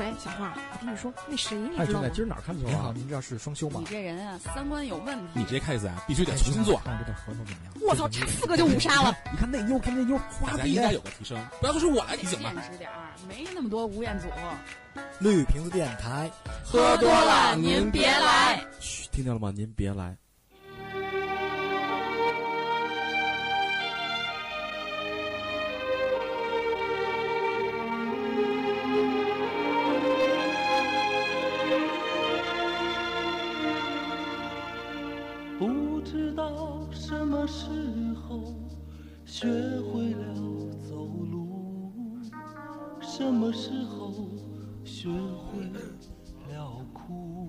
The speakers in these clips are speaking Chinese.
喂，小花，我跟你说，那谁你知道吗？ 今儿哪儿看球啊？ 您知道是双休吗？ 你这人啊，三观有问题。 你这 case 啊，必须得重新做。 看这个合同怎么样？ 我操，差4个就5杀了。 你看那妞，看那妞， 大家应该有个提升，不要都是我来提醒吧。 见识点儿，没那么多吴彦祖。 绿瓶子电台， 喝多了您别来。 嘘，听见了吗？您别来。 不知道什么时候学会了走路，什么时候学会了哭。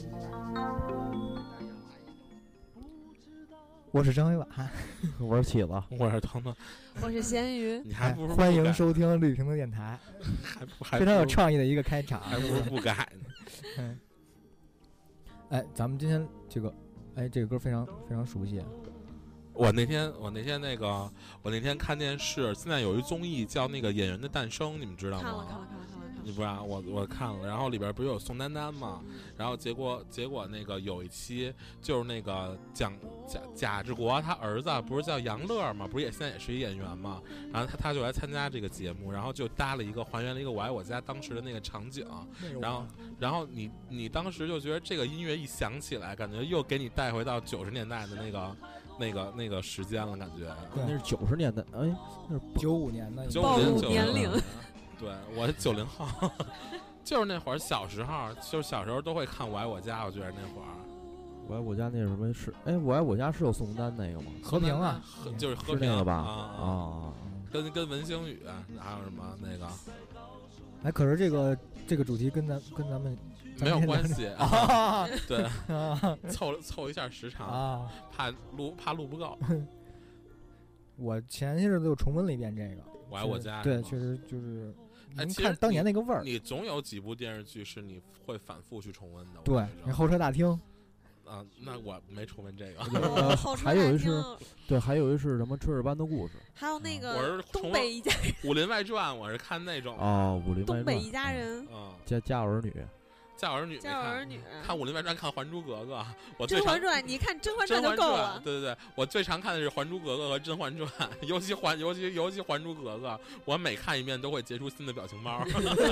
我是张伟婉， 我是起子， 我是腾腾， 我是咸鱼。 你还不如欢迎收听绿瓶子电台，非常有创意的一个开场， 还不如不改呢。 哎，咱们今天这个。哎，这个歌非常非常熟悉。 我那天看电视，现在有一综艺叫那个《演员的诞生》，你们知道吗？ 看了。 你不知道，我看了，然后里边不是有宋丹丹吗？然后结果那个有一期就是那个讲贾志国他儿子不是叫杨乐吗？不是现在也是一演员吗？然后他就来参加这个节目，然后就搭了一个还原了一个我爱我家当时的那个场景，然后你当时就觉得这个音乐一响起来，感觉又给你带回到90年代的那个时间了，感觉。 那是90年代，哎，那是 95年的。 暴露年龄。 对，我是90后，就是那会儿小时候都会看《我爱我家》，我觉得那会儿。 我爱我家那什么是？哎，我爱我家是有宋丹那个吗？ 和平啊， 就是和平那个吧？ 啊，跟文星宇还有什么那个？ 哎，可是这个主题跟咱们没有关系啊。对，凑一下时长啊， 怕录不够。 我前些日子又重温了一遍这个。 我爱我家， 对，确实就是能看当年那个味儿。 你总有几部电视剧是你会反复去重温的。 对，那候车大厅啊，那我没重温这个。 还有一是，对，还有一是什么炊事班的故事， 还有那个我是东北一家人， 武林外传，我是看那种哦，武林外传， 东北一家人， 家有儿女。 家有儿女，看《武林外传》，看《还珠格格》。 甄嬛传，你看《甄嬛传》就够了。 对，我最常看的是《还珠格格》和《甄嬛传》，尤其《还珠格格》，我每看一遍都会截出新的表情包。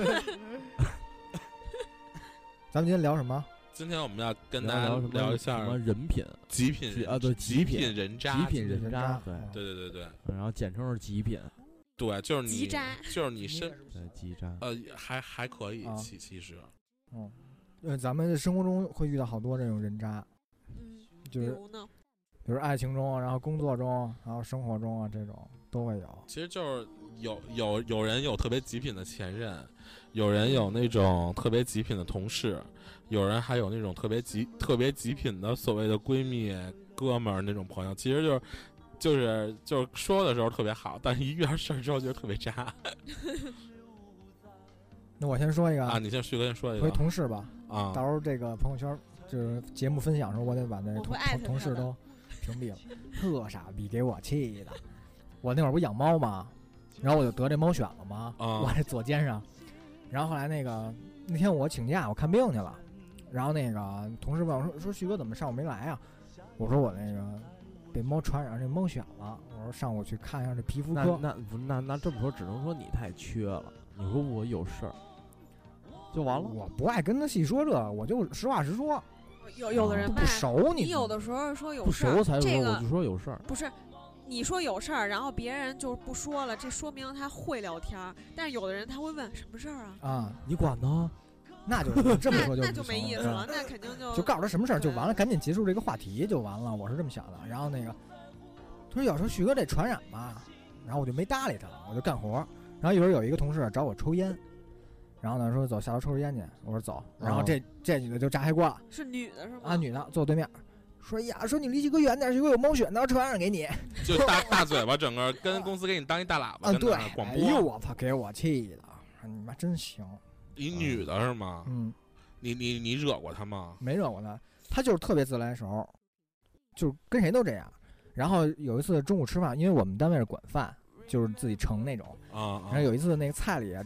咱们今天聊什么？ 今天我们要跟大家聊一下什么人品、 极品啊，对，极品人渣， 极品人渣， 对， 然后简称是极品。 对，就是你极渣， 就是你身对极渣， 还可以，其实。 咱们生活中会遇到好多这种人渣，就是比如爱情中，然后工作中，然后生活中啊，这种都会有。 其实就是有人有特别极品的前任，有人有那种特别极品的同事，有人还有那种特别极品的所谓的闺蜜、哥们儿那种朋友。其实就是说的时候特别好，但是一遇到事儿之后就特别渣。 那我先说一个啊，你先旭哥先说一个。 回同事吧啊， 到时候这个朋友圈就是节目分享的时候，我得把那同事都屏蔽了。特傻逼，给我气的。我那会儿不养猫吗？然后我就得这猫癣了嘛，我这左肩上。然后后来那天我请假，我看病去了。然后那个同事问我说旭哥怎么上午没来啊？我说我那个被猫传染这猫癣了。我说上午去看一下这皮肤科。 那这么说，只能说你太缺了。你说我有事儿。就完了， 我不爱跟他细说这，我就实话实说。 有的人吧， 不熟你有的时候说有事儿，不熟才说， 我就说有事儿。 不是，你说有事儿，然后别人就不说了，这说明他会聊天。但是有的人他会问什么事儿啊？ 啊， 你管呢？ 那就这么说那就没意思了，那肯定就告诉他什么事儿就完了，赶紧结束这个话题就完了。我是这么想的。然后他说有时候旭哥这传染吧，然后我就没搭理他，我就干活。然后一会儿有一个同事找我抽烟。然后呢，说走下楼抽根烟去。我说走。然后这女的就炸开锅了。 是女的是吗？ 啊，女的坐我对面，说呀，说你离旭哥远点，旭哥有猫癣，到传染给你。 就大嘴巴，整个跟公司给你当一大喇叭。 对， 广播。 哎呦我操，给我气的！你妈真行。 一女的是吗？你惹过她吗？ 没惹过她，她就是特别自来熟，就是跟谁都这样。然后有一次中午吃饭，因为我们单位是管饭，就是自己盛那种。然后有一次那个菜里。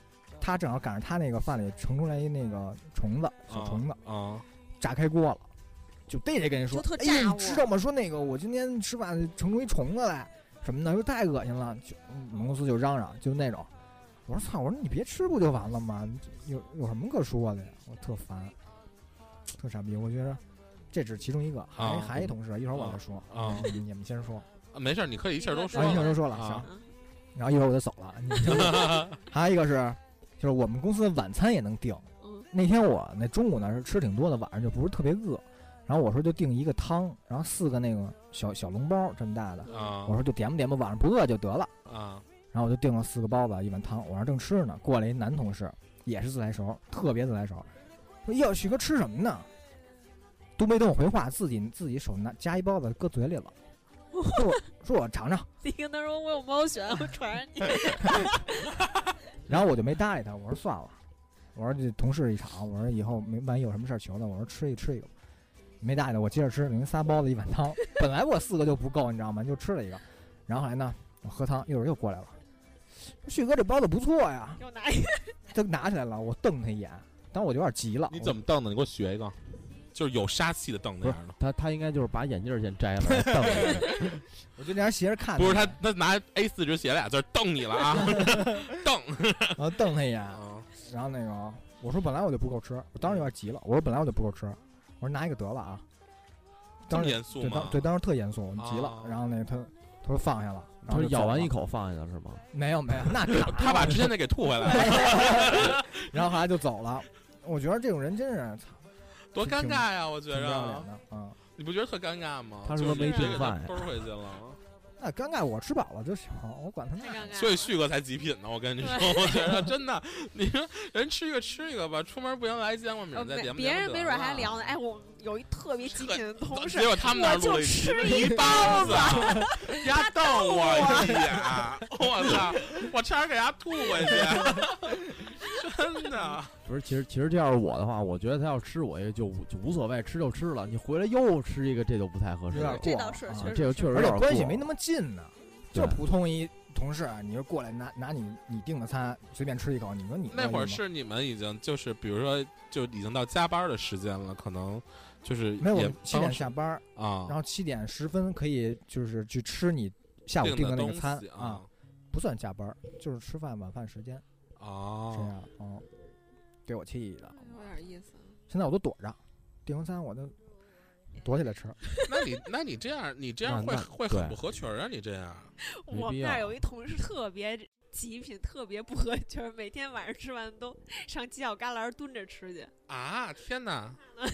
他正好赶上他那个饭里盛出来一那个虫子，小虫子炸开锅了，就逮着跟人说，哎呀，你知道吗？说那个我今天吃饭盛出一虫子来，什么的，说太恶心了，就我们公司就嚷嚷，就那种。我说操，我说你别吃不就完了吗？有什么可说的呀？我特烦，特傻逼。我觉得这只是其中一个，还一同事，一会儿我再说你们先说。 没事，你可以一气儿都说。 一气儿都说了，行。然后一会儿我就走了。还有一个是，就是我们公司的晚餐也能订。那天我那中午呢是吃挺多的，晚上就不是特别饿。然后我说就订一个汤，然后4个那个小笼包这么大的。我说就点吧，晚上不饿就得了。然后我就订了4个包子，1碗汤。我那正吃呢，过来一男同事，也是自来熟，特别自来熟，说：“哟，许哥吃什么呢？”都没等我回话，自己手夹一包子搁嘴里了。说我尝尝。 你跟他说我有猫癣，我传染你。 然后我就没搭理他，我说算了，我说这同事一场，我说以后万一有什么事求他，我说吃一个。没搭理他，我接着吃，等于仨包子1碗汤。本来我4个就不够，你知道吗？就吃了一个。然后后来呢，我喝汤，一会儿又过来了。旭哥这包子不错呀， 又拿一个， 他拿起来了，我瞪他一眼，当时我就有点急了。 你怎么瞪的？你给我学一个，就是有杀气的瞪那样的。他应该就是把眼镜先摘了，瞪你。 我就这样斜着看。 不是他拿 A4 纸写俩字瞪你了啊，瞪， 然后瞪他一眼，然后那个我说本来我就不够吃，我当时有点急了，我说本来我就不够吃，我说拿一个得了啊。 这么严肃吗？ 对，当时特严肃，我急了，然后那他说放下了。 他是咬完一口放下的是吗？ 没有，那他把之前那给吐回来了， 然后后来就走了。我觉得这种人真是多尴尬呀！我觉得，你不觉得特尴尬吗？ 他是不是没订饭呀？ 崩回去了。 那尴尬，我吃饱了就行，我管他那。 所以旭哥才极品呢，我跟你说，我觉得真的，你说人吃一个吧，出门不行来见过面再点。 别人没准还聊呢，哎，我有一特别极品的同事， 结果他们那儿录了一包子，丫瞪我一眼，我操，我差点给丫吐回去，真的。 不是，其实这要是我的话，我觉得他要吃我也就无所谓，吃就吃了。你回来又吃一个，这就不太合适。 这倒是， 这个确实有点过， 而且关系没那么近呢。就普通一同事，你就过来拿你订的餐随便吃一口，你说你那会儿是你们已经就是比如说就已经到加班的时间了，可能就是没有7点下班啊， 然后7点10分可以就是去吃你下午订的那个餐啊，不算加班，就是吃饭晚饭时间啊， 这样给我气的， 有点意思。 现在我都躲着，订完餐我就躲起来吃。 那你这样会很不合群啊！你这样， 我们那儿有一同事特别极品，特别不合群，每天晚上吃完都上犄角旮旯蹲着吃去。 啊！天哪！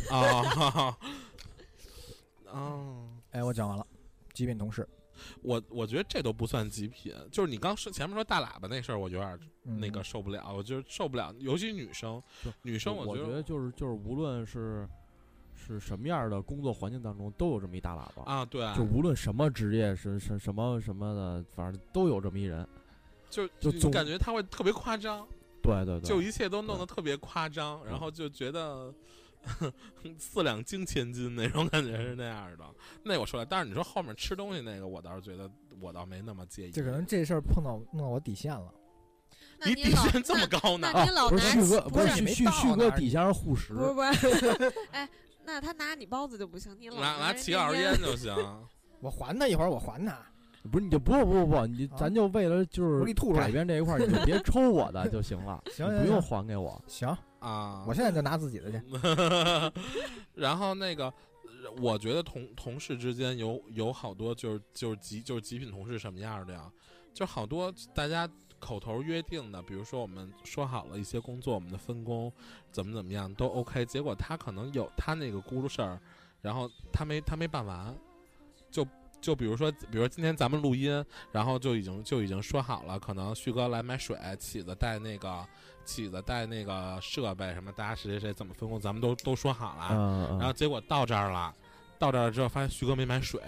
哎，我讲完了，极品同事。 我觉得这都不算极品，就是你刚前面说大喇叭那事儿，我有点那个受不了，我就受不了，尤其女生，我觉得就是无论是什么样的工作环境当中，都有这么一大喇叭啊，对啊， 就无论什么职业是什么的，反正都有这么一人， 就感觉他会特别夸张， 对， 就一切都弄得特别夸张，然后就觉得。4两惊千斤那种感觉是那样的，那我说了，但是你说后面吃东西那个，我倒是觉得我倒没那么介意。 这可能这事儿弄到我底线了。 你底线这么高呢？ 那你老拿旭哥底线是护食。 不是，哎，那他拿你包子就不行，你拿齐老师烟就行。 我还他一会儿，我还他。 不是，你就不，你咱就为了就是改变这一块，你就别抽我的就行了， 行， 不用还给我。 行啊， 我现在就拿自己的去。 然后那个，我觉得同事之间有好多就是极品同事什么样的呀？就好多大家口头约定的，比如说我们说好了一些工作，我们的分工怎么样都 OK， 结果他可能有他那个咕噜事儿，然后他没办完，就比如说今天咱们录音，然后就已经说好了，可能旭哥来买水，起子带那个设备什么，大家谁怎么分工，咱们都说好了。然后结果到这儿了之后发现旭哥没买水，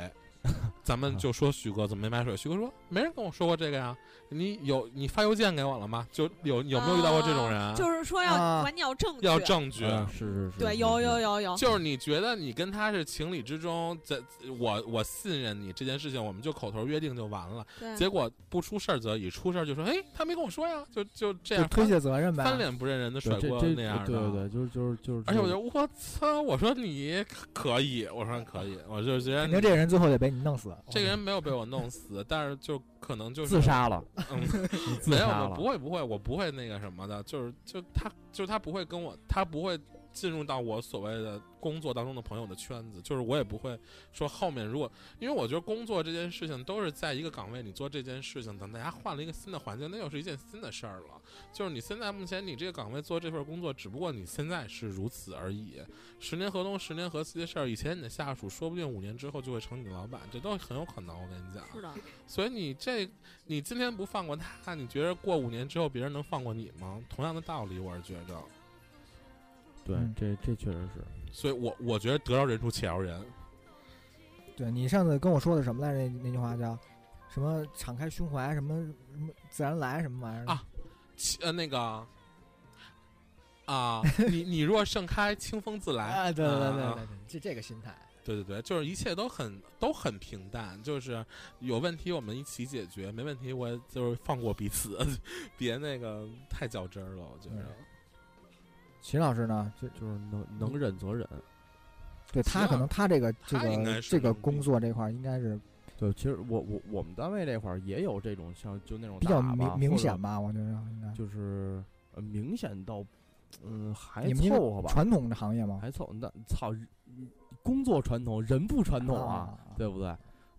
咱们就说许哥怎么没买水，许哥说没人跟我说过这个呀，你发邮件给我了吗？就有没有遇到过这种人？ 就是说管你要证据， 要证据， 是， 对，有， 就是你觉得你跟他是情理之中，我信任你这件事情，我们就口头约定就完了。结果不出事儿则已，出事儿就说，哎，他没跟我说呀，就这样推卸责任呗， 翻脸不认人的甩锅那样的。 对，就是。 而且我觉得我操，我说你可以，我说可以，我就觉得肯定这个人最后得被你弄死。 这个人没有被我弄死，但是就可能就是自杀了。 没有，不会，我不会那个什么的，他不会跟我，他不会进入到我所谓的工作当中的朋友的圈子，就是我也不会说后面如果，因为我觉得工作这件事情都是在一个岗位你做这件事情，等大家换了一个新的环境，那又是一件新的事儿了。就是你现在目前你这个岗位做这份工作，只不过你现在是如此而已。10年河东10年河西的事儿，以前你的下属说不定5年之后就会成你的老板，这都很有可能。我跟你讲， 是的。 所以你今天不放过他，你觉得过5年之后别人能放过你吗？同样的道理，我是觉着。 对，这确实是。 所以我觉得得饶人处且饶人。 对，你上次跟我说的什么来着？那句话叫什么？敞开胸怀，什么自然来，什么玩意儿啊？那个啊，你若盛开，清风自来。 啊，对，这个心态。 对，就是一切都很平淡，就是有问题我们一起解决，没问题我就是放过彼此，别那个太较真了，我觉得。 秦老师呢， 就是能忍则忍。 对他可能他这个工作这块应该是， 对，其实我们单位这块也有这种像就那种比较明显吧，我觉得应该就是明显到还凑合吧。 传统的行业吗？ 还凑那操，工作传统人不传统啊，对不对？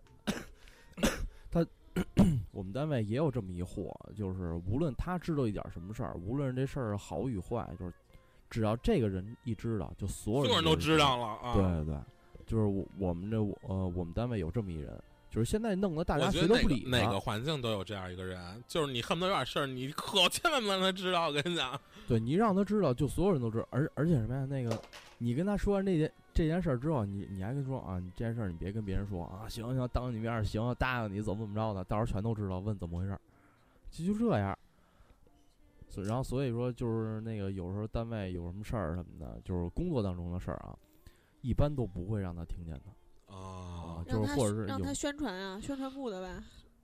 我们单位也有这么一货，就是无论他知道一点什么事儿，无论这事儿好与坏，就是只要这个人一知道，就所有人都知道了啊。 对，就是我们单位有这么一人，就是现在弄得大家谁都不理。 哪个环境都有这样一个人，就是你恨不得有点事儿，你可千万不让他知道。我跟你讲， 对你让他知道，就所有人都知道。而且什么呀？那个你跟他说完这件事儿之后，你还跟他说啊，你这件事儿你别跟别人说啊，行，当你面行，答应你怎么着的，到时候全都知道，问怎么回事儿，就这样。然后所以说就是那个有时候单位有什么事儿什么的，就是工作当中的事儿啊，一般都不会让他听见的啊，就是或者是让他宣传啊，宣传部的呗。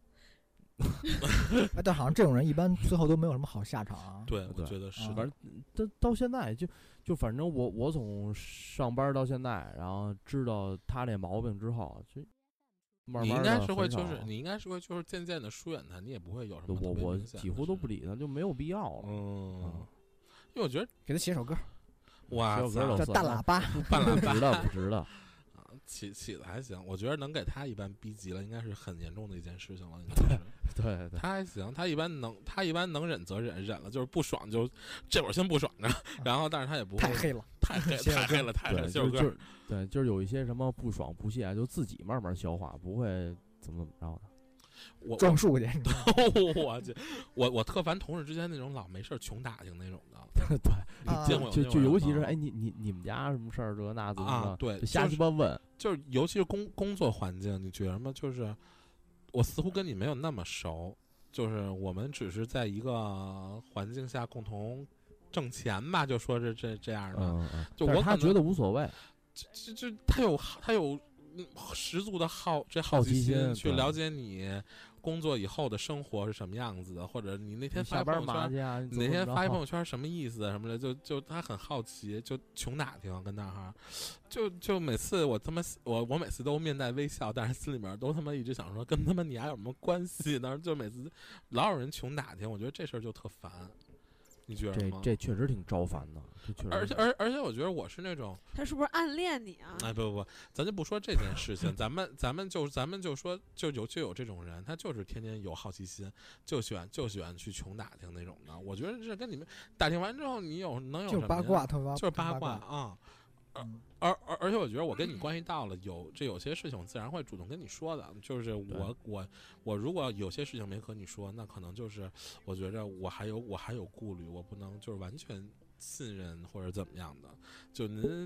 但好像这种人一般最后都没有什么好下场啊。 对，我觉得是。 反正到现在就反正我从上班到现在，然后知道他这毛病之后，就慢慢你应该是会就是渐渐的疏远他，你也不会有什么。 我几乎都不理他，就没有必要了。 因为我觉得给他写首歌， 哇， 叫大喇叭， 半喇叭不值得。 起的还行，我觉得能给他一般逼急了，应该是很严重的一件事情了。 对， 他还行，他一般能忍则忍，忍了就是不爽，就这会儿先不爽着，然后但是他也不会太黑了， 太黑了。 对，就是有一些什么不爽不屑，就自己慢慢消化，不会怎么着的。 我撞树去， 我特烦同事之间那种老没事穷打听那种的。 对， 你见过就尤其是哎，你们家什么事儿这那怎么的？ 对， 瞎鸡巴问， 就是尤其是工作环境，你觉得吗？就是我似乎跟你没有那么熟，就是我们只是在一个环境下共同挣钱吧，就说这样的。就我他觉得无所谓， 就他有十足的好奇心去了解你工作以后的生活是什么样子的，或者你那天发朋友圈，你那天发一朋友圈什么意思什么的，就他很好奇，就穷打听跟那哈，就每次我每次都面带微笑，但是心里面都他妈一直想说跟他妈你还有什么关系呢？就每次老有人穷打听，我觉得这事儿就特烦。你觉得吗？ 这确实挺招烦的， 而且我觉得我是那种， 他是不是暗恋你啊？ 哎不，咱就不说这件事情，咱们就说就有这种人，他就是天天有好奇心，就喜欢去穷打听那种的。我觉得这跟你们打听完之后，你能有什么？ 就是八卦， 就是八卦啊。而且我觉得我跟你关系到了，有些事情我自然会主动跟你说的。就是我如果有些事情没和你说，那可能就是我觉着我还有顾虑，我不能就是完全信任或者怎么样的。就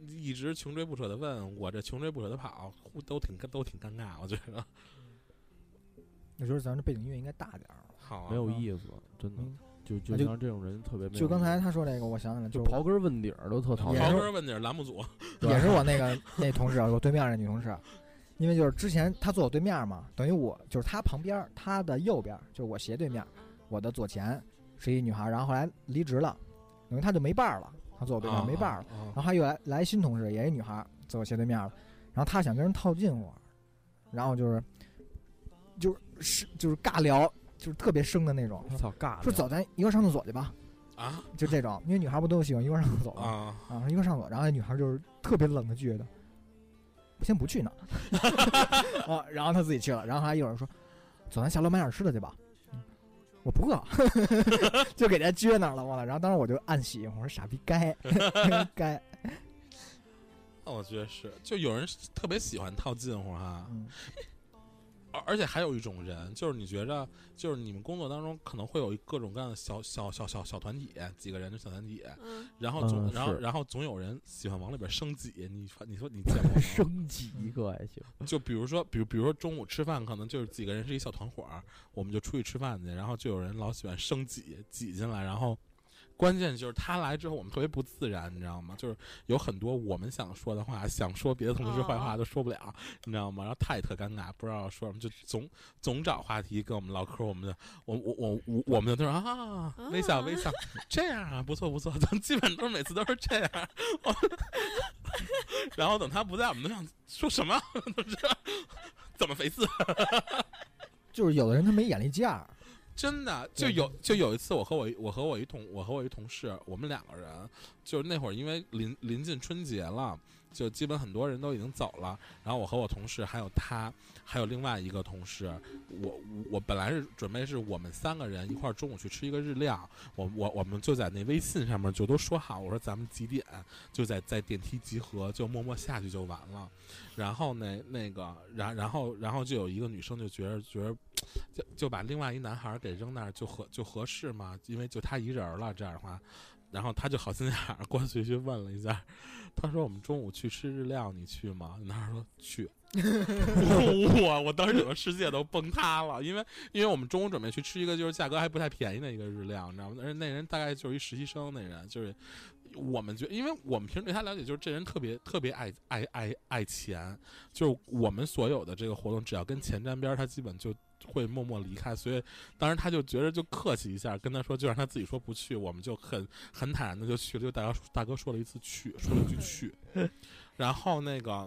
一直穷追不舍的问我，这穷追不舍的跑，都挺尴尬，我觉得。 我觉得咱这背景音乐应该大点儿， 好、啊， 没有意思，真的。就像这种人特别没有。 就刚才他说那个，我想起来， 就刨根问底儿都特讨厌。 刨根问底儿栏目组也是我那同事，我对面那女同事，因为就是之前她坐我对面嘛，等于我就是她旁边，她的右边就是我斜对面，我的左前是一女孩，然后后来离职了，等于她就没伴儿了，她坐我对面没伴儿了，然后还又来新同事，也是一女孩，坐我斜对面了，然后她想跟人套近乎，然后就是尬聊。就是特别生的那种， 操尬！ 说走，咱一块上厕所去吧， 啊， 就这种，因为女孩不都喜欢一块上厕所吗？啊，一块上厕所，然后那女孩就是特别冷的拒绝的，先不去呢，啊，然后她自己去了，然后还有人说，走，咱下楼买点吃的去吧，我不饿，就给人家撅那儿了，完了，然后当时我就暗喜，我说傻逼该， 我觉得是，就有人特别喜欢套近乎哈。而且还有一种人，就是你觉着，就是你们工作当中可能会有各种各样的小团体，几个人的小团体，然后总有人喜欢往里边升级。你说你见过吗？ 升级一个还行。 就比如说中午吃饭，可能就是几个人是一小团伙，我们就出去吃饭去，然后就有人老喜欢升级挤进来，然后。关键就是他来之后，我们特别不自然，你知道吗？就是有很多我们想说的话，想说别的同事坏话都说不了，你知道吗？然后他也特尴尬，不知道说什么，就总找话题跟我们唠嗑。我们就说啊，微笑，这样啊，不错，基本都是每次都是这样。然后等他不在，我们都想说什么，怎么回事？ 就是有的人他没眼力见儿。 真的就有一次，我和我一同事，我们两个人，就是那会儿因为临近春节了，就基本很多人都已经走了，然后我和我同事还有他，还有另外一个同事，我本来是准备是我们3个人一块儿中午去吃一个日料，我们就在那微信上面就都说好，我说咱们几点就在电梯集合，就默默下去就完了。然后然后就有一个女生就觉得就把另外一男孩给扔那儿就合适嘛，因为就他一人了这样的话，然后他就好心眼儿过去问了一下，他说我们中午去吃日料，你去吗？男孩说去。我当时整个世界都崩塌了，因为我们中午准备去吃一个就是价格还不太便宜的一个日料，你知道吗？而且那人大概就是一实习生，那人就是我们觉得，因为我们平时对他了解就是这人特别爱钱，就是我们所有的这个活动只要跟钱沾边，他基本就会默默离开，所以当时他就觉得就客气一下，跟他说就让他自己说不去，我们就很坦然的就去了，就大哥说了一次去，说了一句去，然后那个。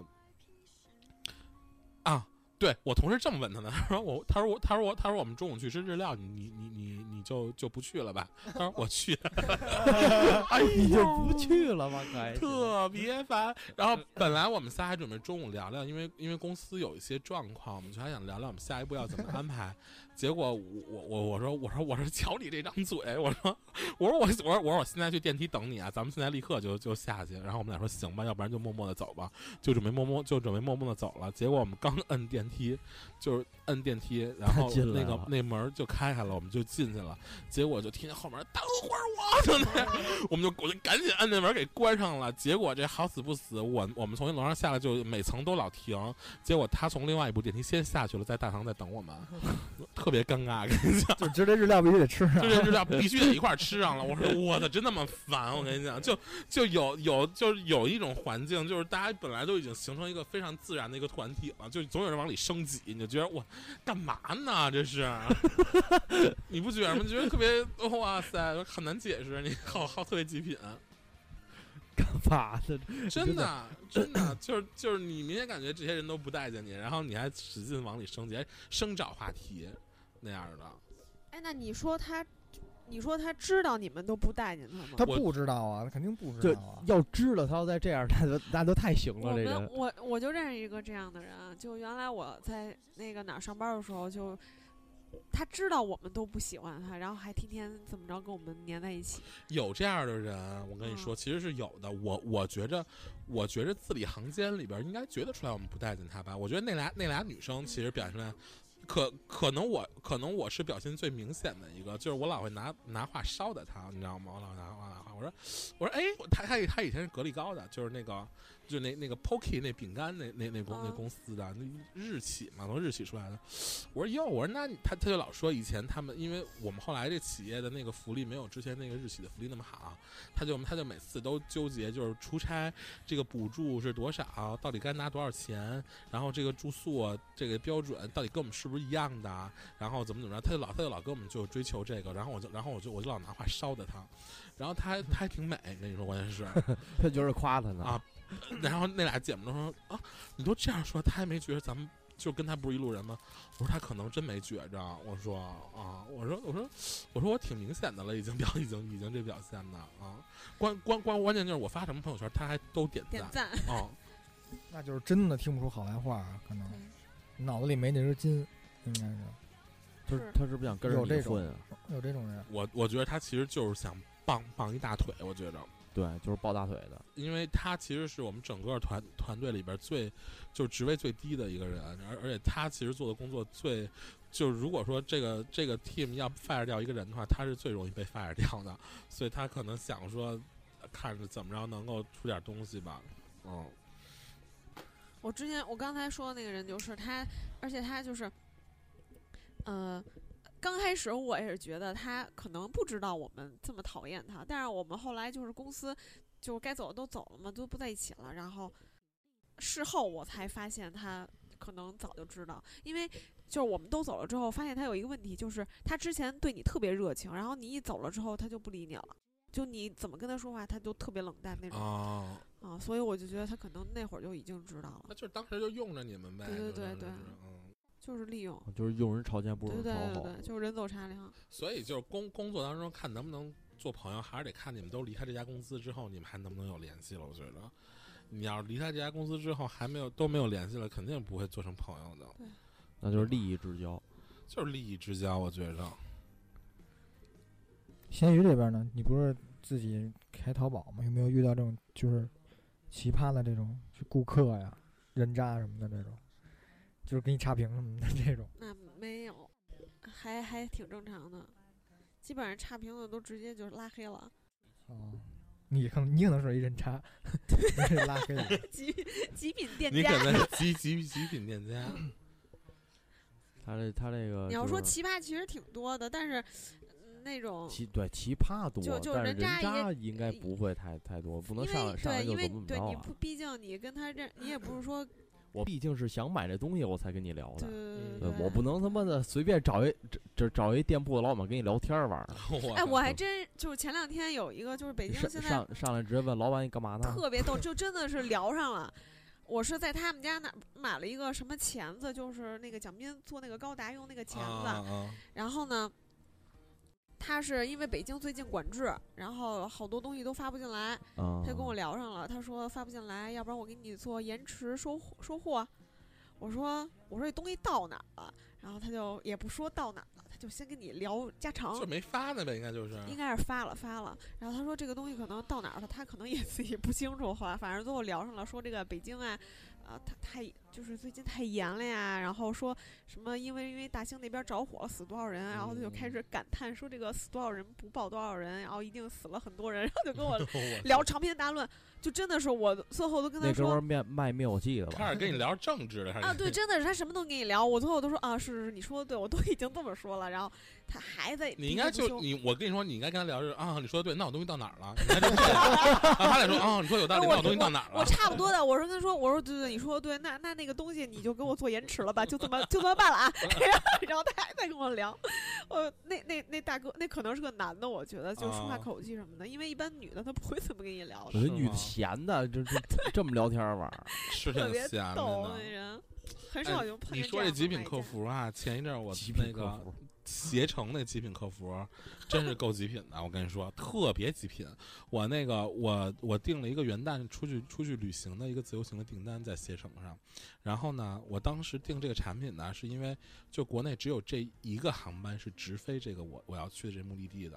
啊，对我同事这么问他呢，他说我们中午去吃日料，你就不去了吧？他说我去， 哎，你就不去了吗？ 特别烦。然后本来我们仨还准备中午聊聊，因为公司有一些状况，我们就还想聊聊我们下一步要怎么安排。结果我说瞧你这张嘴，我说我现在去电梯等你啊，咱们现在立刻就下去。然后我们俩说行吧，要不然就默默的走吧，就准备默默的走了。结果我们刚摁电梯，然后那门就开了，我们就进去了。结果就听见后面等会儿我就赶紧按那门给关上了。结果这好死不死，我们从楼上下来就每层都老停，结果他从另外一部电梯先下去了，在大堂在等我们。特别尴尬，跟你讲， 就直接日料必须得吃上， 直接日料必须得一块吃上了。我说我的真那么烦，我跟你讲，就是有一种环境，就是大家本来都已经形成一个非常自然的一个团体了，就总有人往里升级，你就觉得我干嘛呢？这是，你不觉得吗？觉得特别哇塞，很难解释，你好特别极品。 干嘛的？ 真的就是你明显感觉这些人都不待见你，然后你还使劲往里升级，生找话题那样的。 哎，那你说他知道你们都不待见他吗？ 他不知道啊，他肯定不知道啊。 要知道他要再这样，那都太行了。这人， 我就认识一个这样的人，就原来我在那个哪儿上班的时候就。他知道我们都不喜欢他，然后还天天怎么着跟我们黏在一起。 有这样的人，我跟你说，其实是有的。我觉着字里行间里边应该觉得出来我们不待见他吧。我觉得那俩女生其实表现出来可能我是表现最明显的一个，就是我老会拿话烧的他，你知道吗？我老拿话，我说哎，他以前是格力高的，就是那个Pocky 那饼干那公司的那日企嘛，从日企出来的。我说那他就老说以前他们，因为我们后来这企业的那个福利没有之前那个日企的福利那么好，他就每次都纠结，就是出差这个补助是多少，到底该拿多少钱，然后这个住宿这个标准到底跟我们是不是一样的，然后怎么着，他就老跟我们就追求这个，然后我就老拿话烧的他，然后他还挺美，跟你说关键是他觉得夸他呢啊。然后那俩姐们都说啊，你都这样说，他还没觉得咱们就跟他不是一路人吗？我说他可能真没觉着。我说啊，我说我挺明显的了，已经这表现的啊。关键就是我发什么朋友圈，他还都点赞啊。 那就是真的听不出好赖话，可能脑子里没那根筋，应该是。 他是不是想跟着你混啊？ 有这种人。 我觉得他其实就是想傍一大腿，我觉着。 对，就是抱大腿的， 因为他其实是我们整个团队里边就是职位最低的一个人，而且他其实做的工作就是如果说这个 team 要 fire 掉一个人的话，他是最容易被 fire 掉的，所以他可能想说，看着怎么着能够出点东西吧。 我刚才说的那个人就是他，而且他就是刚开始我也是觉得他可能不知道我们这么讨厌他，但是我们后来就是公司就该走的都走了嘛，都不在一起了，然后事后我才发现他可能早就知道，因为就是我们都走了之后发现他有一个问题，就是他之前对你特别热情，然后你一走了之后他就不理你了，就你怎么跟他说话他就特别冷淡那种所以我就觉得他可能那会儿就已经知道了， 那就是当时就用着你们呗。 对就是利用， 就是用人朝前不用人朝后， 对，就是人走茶凉。 所以就是工作当中看能不能做朋友，还是得看你们都离开这家公司之后，你们还能不能有联系了。我觉得，你要是离开这家公司之后都没有联系了，肯定不会做成朋友的。 对， 那就是利益之交， 就是利益之交。我觉着。 闲鱼这边呢，你不是自己开淘宝吗？有没有遇到这种就是奇葩的这种顾客呀、人渣什么的这种？就是给你差评什么的这种， 那没有，还挺正常的，基本上差评的都直接就是拉黑了。 你可能是一人差，拉黑了。 极品店家， 你可能是极品店家。 他这个， 你要说奇葩其实挺多的，但是那种奇葩多， 就但是人渣应该不会太多，不能上来就怎么着啊。 你毕竟你跟他你也不是说。 我毕竟是想买这东西我才跟你聊的， 对， 我不能他妈的随便找一店铺的老板跟你聊天玩儿。 哎，我还真就是前2天有一个就是北京现在上来直接问老板你干嘛呢？ 特别逗，就真的是聊上了。我是在他们家那买了一个什么钳子，就是那个蒋斌做那个高达用那个钳子，然后呢。他是因为北京最近管制，然后好多东西都发不进来，他就跟我聊上了。他说发不进来，要不然我给你做延迟收货。我说这东西到哪儿了？然后他就也不说到哪儿了，他就先跟你聊家常。 就没发呢呗，应该是发了。然后他说这个东西可能到哪儿了，他可能也自己不清楚。后来反正最后聊上了，说这个北京啊。他就是最近太严了呀，然后说什么因为大兴那边着火了死多少人，然后他就开始感叹说这个死多少人不报多少人，然后一定死了很多人，然后就跟我聊长篇大论，就真的是我最后都跟他说那哥们卖灭火器的吧， 开始跟你聊政治了啊，对，真的是他什么都跟你聊，我最后都说啊是你说的对，我都已经这么说了，然后他还在你应该我跟你说你应该跟他聊就是啊你说的对，那我东西到哪儿了？你看他得说啊你说有道理，那我东西到哪儿了？ 我差不多的，我说跟他说我说对，你说的对，那个东西你就给我做延迟了吧，就这么办了啊。然后他还在跟我聊，那大哥那可能是个男的，我觉得就说话口气什么的，因为一般女的她不会这么跟你聊的。 女的闲的，这么聊天玩， 是挺闲的。 逗那人，很少就碰见。 你说这极品客服啊，前一阵我那个携程那极品客服，真是够极品的。我跟你说，特别极品。我订了一个元旦出去旅行的一个自由行的订单在携程上，然后呢，我当时订这个产品呢，是因为就国内只有这一个航班是直飞这个我要去的这目的地的。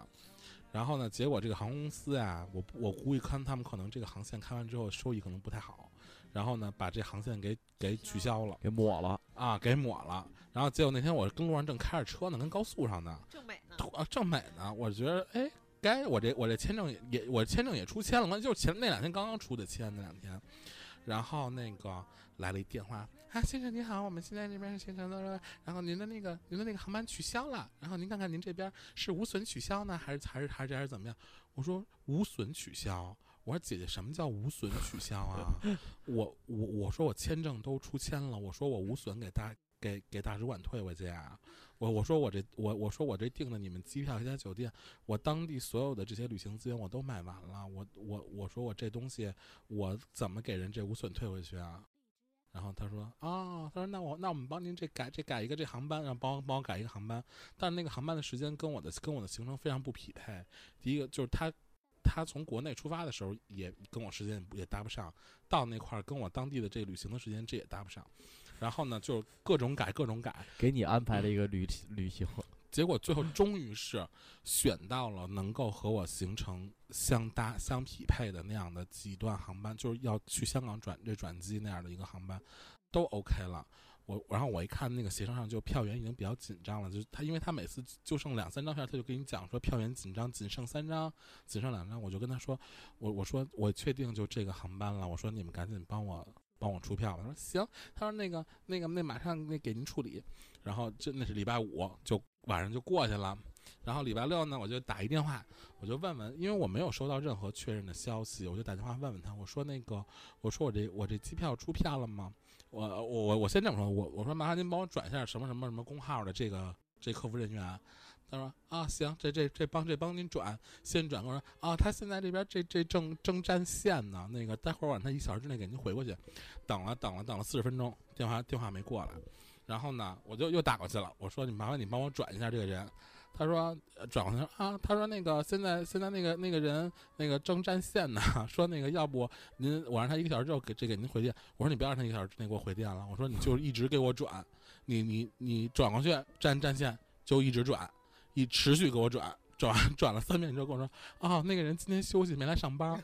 然后呢，结果这个航空公司呀，我估计他们可能这个航线开完之后收益可能不太好，然后呢把这航线给取消了， 给抹了啊，给抹了。然后结果那天我跟路上正开着车呢，跟高速上呢，正美呢，我觉得哎，该我这签证也出签了，我就是那2天刚刚出的签那2天。然后那个来了一电话，啊，先生您好，我们现在这边是行程的，然后您的那个航班取消了，然后您看看您这边是无损取消呢，还是怎么样？我说无损取消，我说姐姐什么叫无损取消啊？我说我签证都出签了，我说我无损给大使馆退回去啊。我说我这订的你们机票加酒店，我当地所有的这些旅行资源我都买完了，我说我这东西我怎么给人这无损退回去啊？然后他说那我们帮您改一个这航班，然后帮我改一个航班，但是那个航班的时间跟我的行程非常不匹配。第一个就是他从国内出发的时候也跟我时间也搭不上，到那块儿跟我当地的这旅行的时间这也搭不上。然后呢，就各种改， 给你安排了一个旅行， 结果最后终于是选到了能够和我行程相匹配的那样的几段航班，就是要去香港转机那样的一个航班，都 OK 了。然后我一看那个协商上就票源已经比较紧张了，就是因为他每次就剩2-3张票，他就跟你讲说票源紧张，仅剩3张，仅剩2张。我就跟他说，我说我确定就这个航班了，我说你们赶紧帮我出票吧。他说行，他说那马上给您处理。然后那是礼拜5，就晚上就过去了。然后礼拜6呢，我就打一电话，我就问问，因为我没有收到任何确认的消息，我就打电话问问他，我说我这机票出票了吗？我先这么说，我说麻烦您帮我转一下什么什么什么工号的这客服人员。他说啊行，这帮您转，先转。我说啊，他现在这边这正占线呢，那个待会儿晚他1小时之内给您回过去。等了40分钟，电话没过来。然后呢，我就又打过去了，我说麻烦你帮我转一下这个人。他说转过去啊，他说那个现在那个人那个正占线呢，说那个要不我让他1个小时之后给您回电。我说你不要让他1个小时之内给我回电了，我说你就一直给我转，你转过去占线就一直转，持续给我转了3遍之后跟我说啊，那个人今天休息没来上班。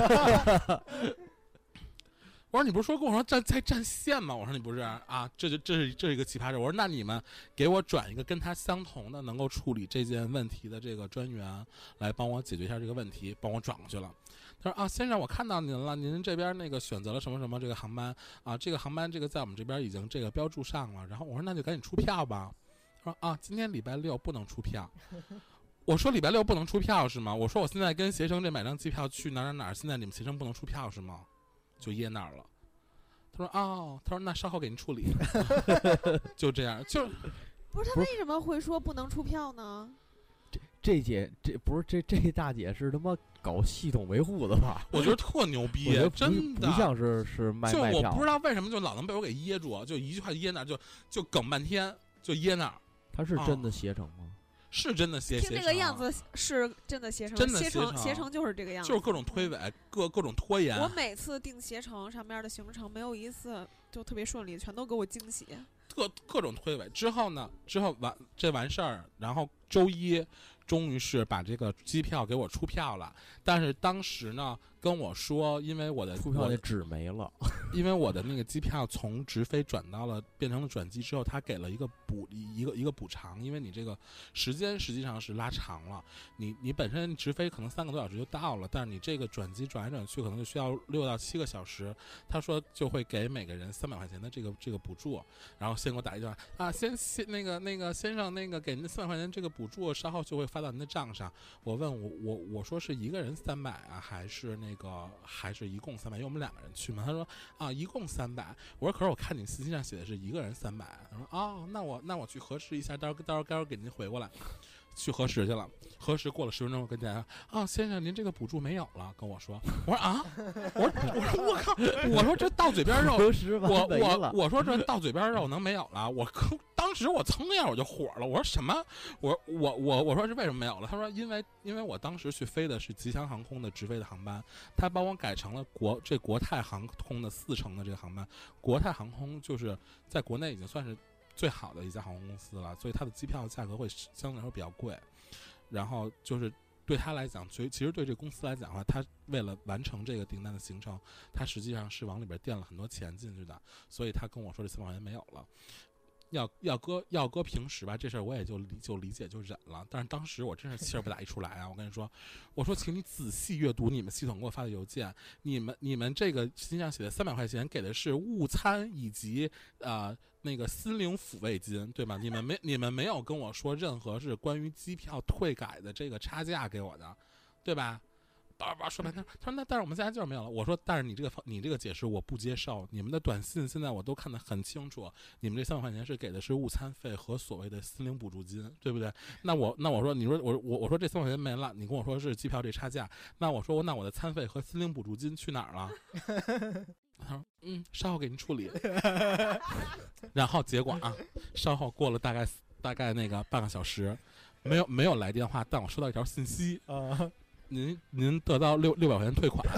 我说你不是说跟我说占线吗？我说你不是啊，这是一个奇葩事。我说那你们给我转一个跟他相同的能够处理这件问题的这个专员来帮我解决一下这个问题，帮我转过去了。他说啊，先生，我看到您了，您这边那个选择了什么什么这个航班啊，这个航班这个在我们这边已经这个标注上了。然后我说那就赶紧出票吧。他说啊，今天礼拜6不能出票。我说礼拜6不能出票是吗？我说我现在跟携程这买张机票去哪儿，现在你们携程不能出票是吗？就噎那儿了。他说他说那稍后给您处理。就这样， 不是他为什么会说不能出票呢？ 这大姐是他妈搞系统维护的吧？ 我觉得特牛逼，真的不像是卖票。 就我不知道为什么就老能被我给噎住，就一句话噎那儿，就梗半天，就噎那儿。 他是真的携程吗？ 是真的携程。 听这个样子是真的携程， 真的携程就是这个样子， 就是各种推诿，各种拖延。 我每次订携程上面的行程，没有一次就特别顺利，全都给我惊喜。 各种推诿之后完事儿，然后周一终于是把这个机票给我出票了，但是当时呢跟我说，因为我的出票的纸没了， 因为我的那个机票从直飞变成了转机之后，他给了一个补偿，因为你这个时间实际上是拉长了，你本身直飞可能3个多小时就到了，但是你这个转机转来转去可能就需要6到7个小时，他说就会给每个人300块钱的这个补助，然后先给我打一电话啊，那个先生那个给您300块钱这个补助，稍后就会发到您的账上。我问我说是一个人300啊，还是一共300？因为我们2个人去嘛。他说啊，一共300。我说可是我看你信息上写的是一个人300。他说哦，那我去核实一下，到时候给您回过来。去核实去了，核实过了10分钟，我跟大家啊，先生您这个补助没有了，跟我说。我说啊，我说我靠，我说这到嘴边肉，我说这到嘴边肉能没有了？当时我蹭一下我就火了，我说什么？我说是为什么没有了？他说因为我当时去飞的是吉祥航空的直飞的航班，他帮我改成了国泰航空的4程的这个航班。国泰航空就是在国内已经算是最好的一家航空公司了，所以它的机票价格会相对来说比较贵。然后就是对他来讲，其实对这公司来讲的话，他为了完成这个订单的行程，他实际上是往里边垫了很多钱进去的，所以他跟我说这300块钱没有了。要搁平时吧，这事儿我也就理解就忍了。但是当时我真是气儿不打一处来啊！我跟你说，我说请你仔细阅读你们系统给我发的邮件，你们这个信上写的300块钱给的是误餐以及那个心灵抚慰金，对吧？你们没有跟我说任何是关于机票退改的这个差价给我的，对吧？说半天，他说那但是我们现在就是没有了。我说但是你这个解释我不接受，你们的短信现在我都看得很清楚，你们这300块钱是给的是误餐费和所谓的心灵补助金，对不对？那我说你说我说这300块钱没了，你跟我说是机票这差价，那我说那我的餐费和心灵补助金去哪儿了？他说稍后给您处理。然后结果啊，稍后过了大概那个半个小时，没有来电话，但我收到一条信息您得到600块钱退款，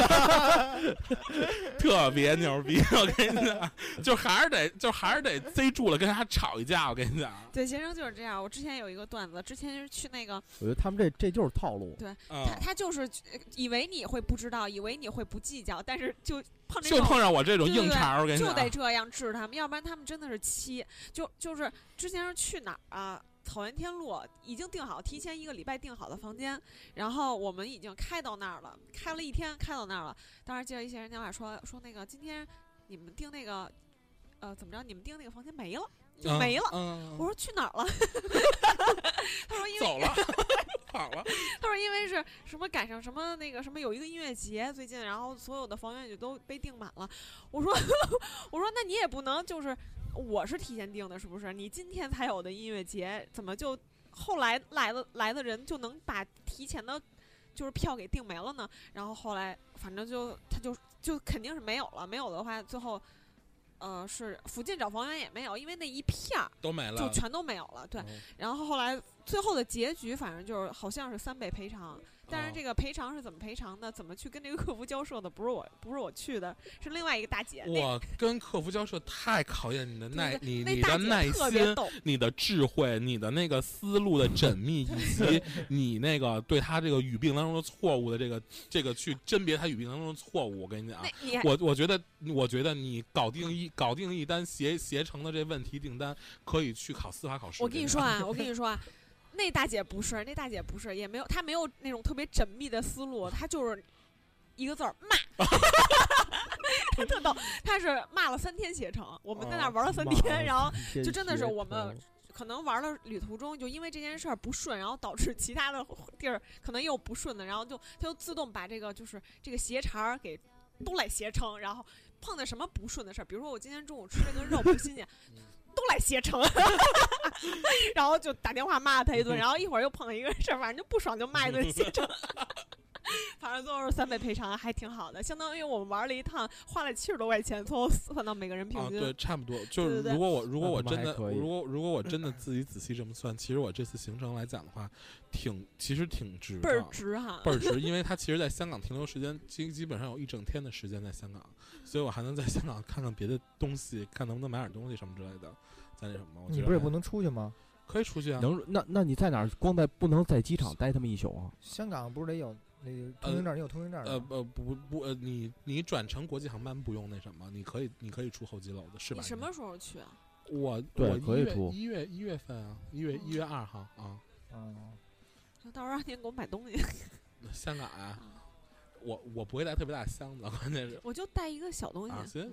特别牛逼！我跟你讲，就还是得贼住了，跟他吵一架。我跟你讲， 对，先生就是这样。我之前有一个段子，之前是去那个， 我觉得他们这就是套路。 对，他就是以为你会不知道，以为你会不计较，但是就碰上我这种硬茬，我跟你讲， 就得这样治他们，要不然他们真的是气。就是之前是去哪儿啊？草原天路已经订好，提前1个礼拜订好的房间，然后我们已经开到那儿了，开了1天，开到那儿了。当时接到一些人电话说那个今天你们订那个怎么着？你们订那个房间没了，就没了。我说去哪儿了？他说因为走了，跑了。 他说因为是什么赶上什么那个什么有一个音乐节最近，然后所有的房源就都被订满了。我说那你也不能就是。我是提前订的，是不是？你今天才有的音乐节，怎么就后来来的人就能把提前的，就是票给订没了呢？然后后来反正他就肯定是没有了，没有的话，最后是附近找房源也没有，因为那一片都没了， 就全都没有了。对，然后后来最后的结局，反正就是好像是3倍赔偿。但是这个赔偿是怎么赔偿的？怎么去跟这个客服交涉的？不是我去的，是另外一个大姐。 我跟客服交涉太考验你的你的耐心、你的智慧、你的那个思路的缜密，以及你那个对他这个语病当中的错误的这个去甄别他语病当中的错误。我跟你讲，我觉得你搞定一单携程的这问题订单，可以去考司法考试。 我跟你说啊。那大姐不是，也没有，她没有那种特别缜密的思路，她就是一个字儿骂，她特逗，她是骂了3天携程，我们在那玩了3天，然后就真的是我们可能玩的旅途中，就因为这件事儿不顺，然后导致其他的地儿可能也有不顺的，然后它就自动把这个就是这个鞋茬给都来携程，然后碰到什么不顺的事儿，比如说我今天中午吃这个肉不新鲜。都来携程，然后就打电话骂他一顿，然后一会儿又碰了一个事儿，反正就不爽就骂一顿携程，反正最后是3倍赔偿，还挺好的，相当于我们玩了一趟，花了70多块钱，最后算到每个人平均。 对，差不多。就是如果我真的如果我真的自己仔细这么算，其实我这次行程来讲的话，其实挺值的， 倍儿值哈， 倍儿值，因为他其实在香港停留时间基本上有1整天的时间在香港，所以我还能在香港看看别的东西，看能不能买点东西什么之类的。在那什么？ 你不是也不能出去吗？ 可以出去啊。 那你在哪儿？光不能在机场待他们1宿啊？ 香港不是得有那个通行证？你有通行证？ 不，你转乘国际航班不用那什么，你可以出候机楼的，是吧？ 你什么时候去啊？ 我可以出1月份啊，1月2号啊。 到时候让您给我买东西。 香港啊。我不会带特别大的箱子，关键是我就带一个小东西。 行，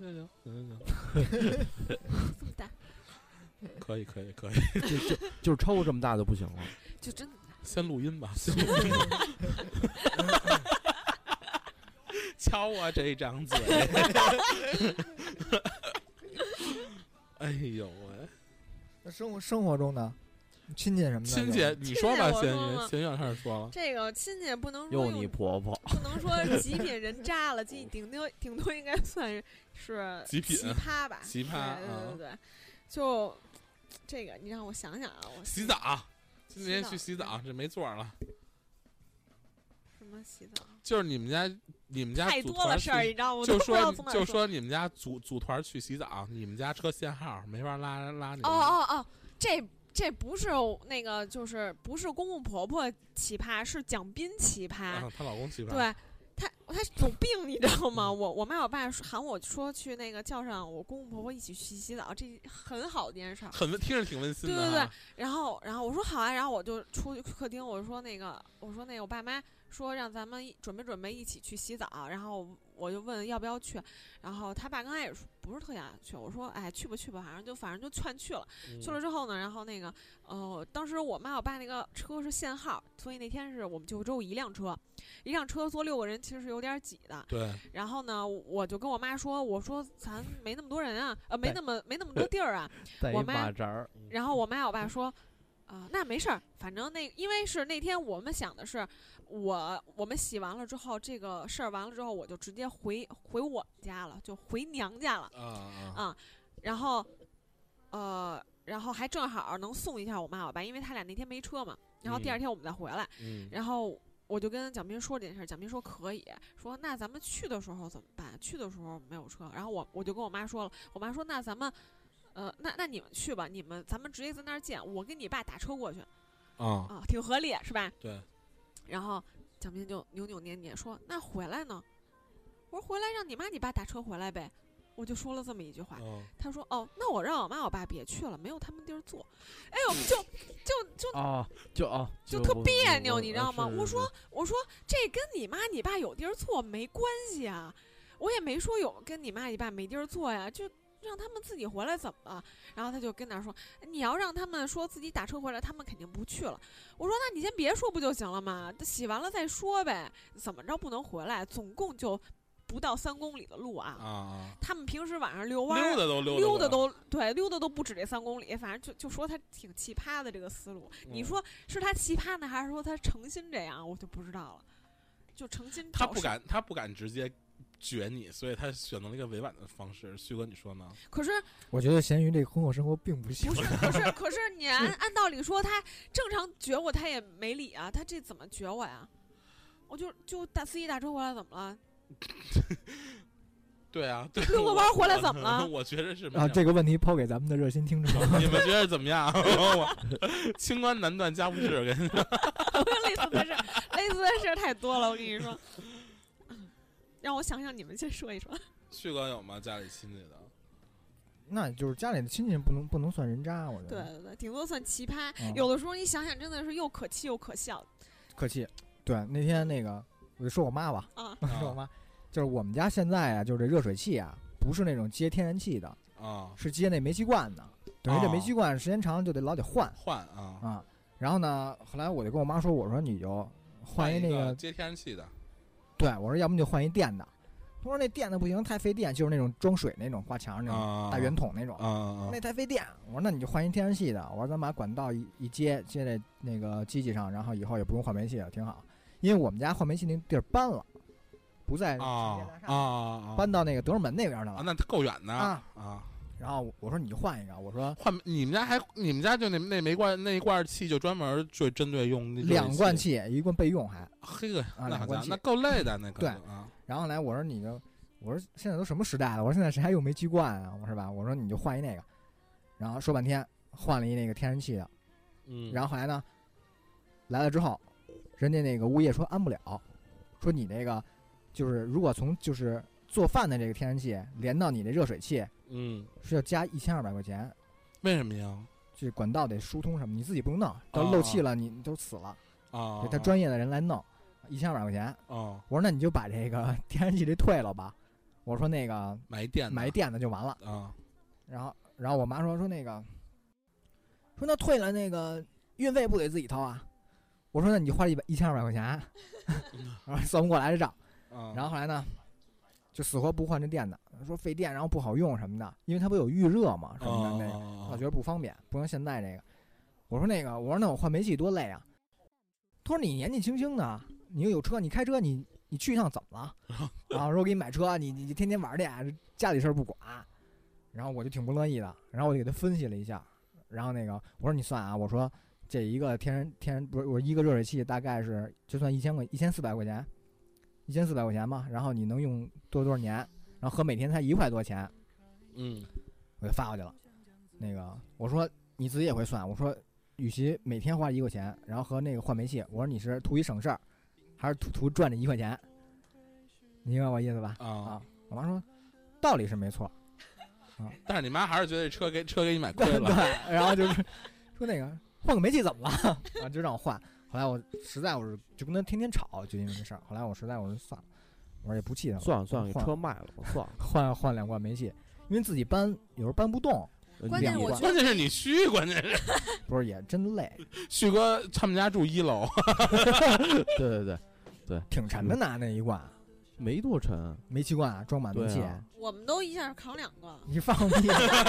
这么大。 可以， 就是超过这么大就不行了。 就真的。 先录音吧，瞧我这张嘴。哎呦喂！ 那生活中呢？亲戚什么的？ 亲戚，你说吧，咸鱼开始说了。 这个亲戚不能说有你婆婆， 不能说极品人渣了，顶多应该算是极品奇葩吧？ 奇葩， 对，就这个，你让我想想啊， 洗澡，今天去洗澡，这没座了。 什么洗澡？ 就是你们家太多了事儿，你知道吗？ 就说你们家组团去洗澡，你们家车限号没法拉你。 哦， 这不是那个，就是不是公公婆婆奇葩，是蒋斌奇葩。 她老公奇葩。 对，他有病，你知道吗？我妈我爸喊我说去那个叫上我公公婆婆一起去洗澡，这很好的一件事儿， 听着挺温馨的。 对对对。然后我说好啊，然后我就出去客厅，我说那个我爸妈说让咱们准备一起去洗澡，然后我就问要不要去，然后他爸刚开始不是特想去，我说哎去吧，反正就劝去了。去了之后呢，然后那个当时我妈我爸那个车是限号，所以那天是我们就只有一辆车坐6个人其实是有点挤的。 对。 然后呢，我就跟我妈说，我说咱没那么多人啊，没那么多地儿啊。我妈，然后我妈我爸说。那没事儿，反正因为是那天我们想的是，我们洗完了之后，这个事儿完了之后，我就直接回我家了，就回娘家了。然后还正好能送一下我妈我爸，因为他俩那天没车嘛。然后第二天我们再回来，然后我就跟蒋斌说这件事，蒋斌说可以，说那咱们去的时候怎么办？去的时候没有车，然后我就跟我妈说了，我妈说那咱们。那你们去吧，咱们直接在那儿见，我跟你爸打车过去，挺合理是吧？ 对。 然后蒋斌就扭扭捏捏说：“那回来呢？”我说：“回来让你妈你爸打车回来呗。”我就说了这么一句话。他说：“哦，那我让我妈我爸别去了，没有他们地儿坐。”哎呦，就特别扭，你知道吗？我说这跟你妈你爸有地儿坐没关系啊，我也没说有跟你妈你爸没地儿坐呀，就。让他们自己回来怎么了？然后他就跟那说，你要让他们说自己打车回来，他们肯定不去了。我说那你先别说不就行了吗？洗完了再说呗。怎么着不能回来？总共就不到3公里的路啊。他们平时晚上遛弯溜达都不止这3公里。反正就说他挺奇葩的这个思路。你说是他奇葩呢，还是说他诚心这样？我就不知道了。就诚心他不敢直接。卷你，所以他选择了一个委婉的方式。旭哥，你说呢？ 可是我觉得咸鱼这个婚后生活并不行。 可是你按道理说，他正常撅我，他也没理啊。他这怎么撅我呀？我就司机打车回来怎么了？ 对啊， 遛个弯回来怎么了？ 我觉得是这个问题抛给咱们的热心听众。 你们觉得怎么样？清官难断家务事，跟你说。 类似的事太多了，我跟你说。让我想想，你们先说一说。 旭哥有吗？家里亲戚的？ 那就是家里的亲戚不能算人渣，我觉得。 对，顶多算奇葩。有的时候你想想，真的是又可气又可笑。 可气，对，那天那个我就说我妈吧，说我妈，就是我们家现在啊，就是这热水器啊，不是那种接天然气的是接那煤气罐的，等于这煤气罐时间长就老得换然后呢，后来我就跟我妈说，我说你就换一那个接天然气的。 对，我说要不你就换一电的。他说那电的不行，太费电，就是那种装水那种挂墙上那种大圆筒那种，那太费电。我说那你就换一天然气的。我说咱把管道一接在那个机器上，然后以后也不用换煤气了，挺好。因为我们家换煤气那地儿搬了，不在搬到那个德胜门那边去了。 那够远的然后我说你就换一个，我说换你们家就那煤罐那一罐气就专门针对用那 2罐气1罐备用还 2罐气那够累的那个对然后来我说我说现在都什么时代了，我说现在谁还用煤气罐啊？我是吧？我说你就换一那个，然后说半天换了一那个天然气的，然后后来呢来了之后，人家那个物业说安不了，说你那个就是如果从就是做饭的这个天然气连到你的热水器。是要加1200块钱， 为什么呀？ 这管道得疏通什么，你自己不用弄，到漏气了你都死了得他专业的人来弄，1200块钱我说那你就把这个天然气这退了吧，我说那个买电的就完了然后我妈说那个说那退了那个运费不得自己掏啊？我说那你就花了1200块钱，然后算不过来这账然后后来呢？就死活不换这电的，说费电，然后不好用什么的，因为它不有预热嘛什么的，我觉得不方便，不像现在这个。我说那我换煤气多累啊。他说你年纪轻轻的，你又有车，你开车你去一趟怎么了？然后说我给你买车，你天天玩去，家里事儿不管。然后我就挺不乐意的，然后我就给他分析了一下，然后那个我说你算啊，我说这一个天然不是我一个热水器大概是就算1400块钱。1400块钱嘛，然后你能用多少年，然后合每天才1块多钱，我就发过去了。那个我说你自己也会算。我说，与其每天花1块钱，然后和那个换煤气，我说你是图一省事儿，还是图赚这1块钱？你明白我意思吧？啊，我妈说，道理是没错，啊， 但是你妈还是觉得车给你买亏了。 对，然后就是说那个换个煤气怎么了？啊，就让我换。后来我实在我是就跟他天天吵，就因为这事儿。后来我实在我就算了，我说也不气他， 算了，给车卖了，我算了， 换2罐煤气，因为自己搬有时候搬不动。 关键是你虚，关键是不是也真累。 旭哥他们家住1楼。 对， 挺沉的呢，那一罐没多沉， 煤气罐装满煤气， 我们都一下扛2个。 你放屁！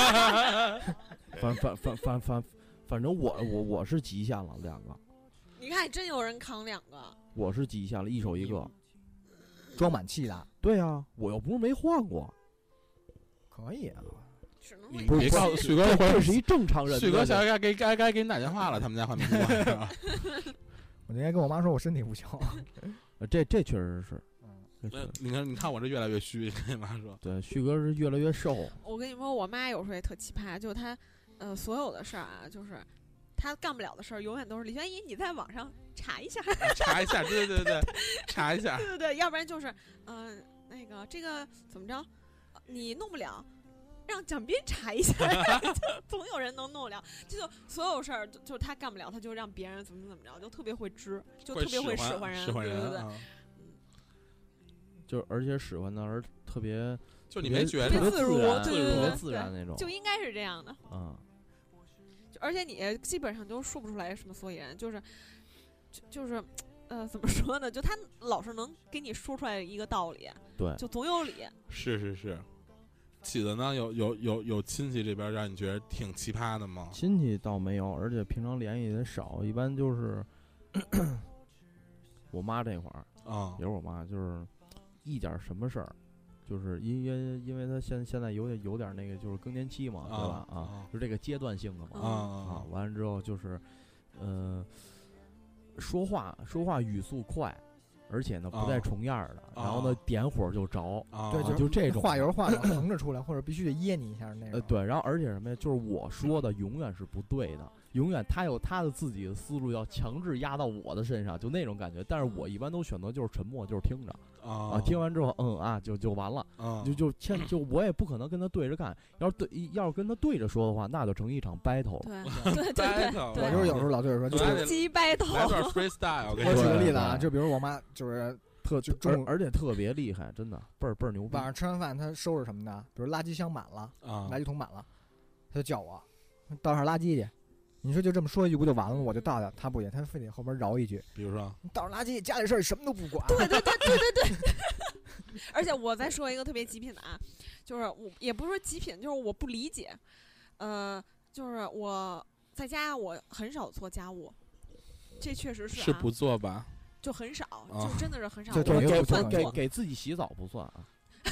反正我是极限了2个。 你看，真有人扛2个。 我是极限了，一手一个， 装满气的。 对啊，我又不是没换过。 可以啊。 你别告诉旭哥， 这是一正常人。 旭哥小该给你打电话了，他们家换煤气罐。 我应该跟我妈说我身体不行。 这确实是。 你看我这越来越虚，跟你妈说。 对，旭哥是越来越瘦。 我跟你说，我妈有时候也特奇葩，就她所有的事儿啊，就是她干不了的事儿，永远都是李轩怡，你在网上查一下， 查一下，对，查一下， 对，要不然就是那个这个怎么着，你弄不了。让蒋斌查一下，总有人能弄了。就所有事儿，就他干不了，他就让别人怎么着，就特别会支，就特别会使唤人，对。 就而且使唤的而特别， 就你没觉得特别自如， 对，自然那种， 就应该是这样的。而且你基本上都说不出来什么所以然，就是怎么说呢？就他老是能给你说出来一个道理， 对， 就总有理。 是。起子呢？有亲戚这边让你觉得挺奇葩的吗？ 亲戚倒没有，而且平常联系也少，一般就是我妈这会儿啊，也是我妈，就是一点什么事儿，就是因为她现在有点那个就是更年期嘛，对吧？就这个阶段性的嘛，完了之后就是说话语速快。而且呢，不带重样的，然后呢，点火就着， 对， 就这种话有时候话横着出来，或者必须得噎你一下那种。 对，然后而且什么呀，就是我说的永远是不对的，永远他有他的自己的思路，要强制压到我的身上，就那种感觉。但是我一般都选择就是沉默，就是听着听完之后，就完了，就我也不可能跟他对着干，要是跟他对着说的话，那就成一场 battle。 对， 我有时候老对着说， 终极 battle， 来段 freestyle。我举个例子啊，就比如我妈就是而且特别厉害，真的倍儿牛逼。 晚上吃完饭，他收拾什么的，比如垃圾箱满了，垃圾桶满了，他就叫我倒上垃圾去。你说就这么说一句不就完了？我就倒掉，他不也，他非得后边饶一句， 比如说你倒上垃圾，家里事儿什么都不管。 对。而且我再说一个特别极品的啊，就是我也不是说极品，就是我不理解，就是我在家我很少做家务，这确实是不做吧？ 就很少，就真的是很少。 给自己洗澡不算啊。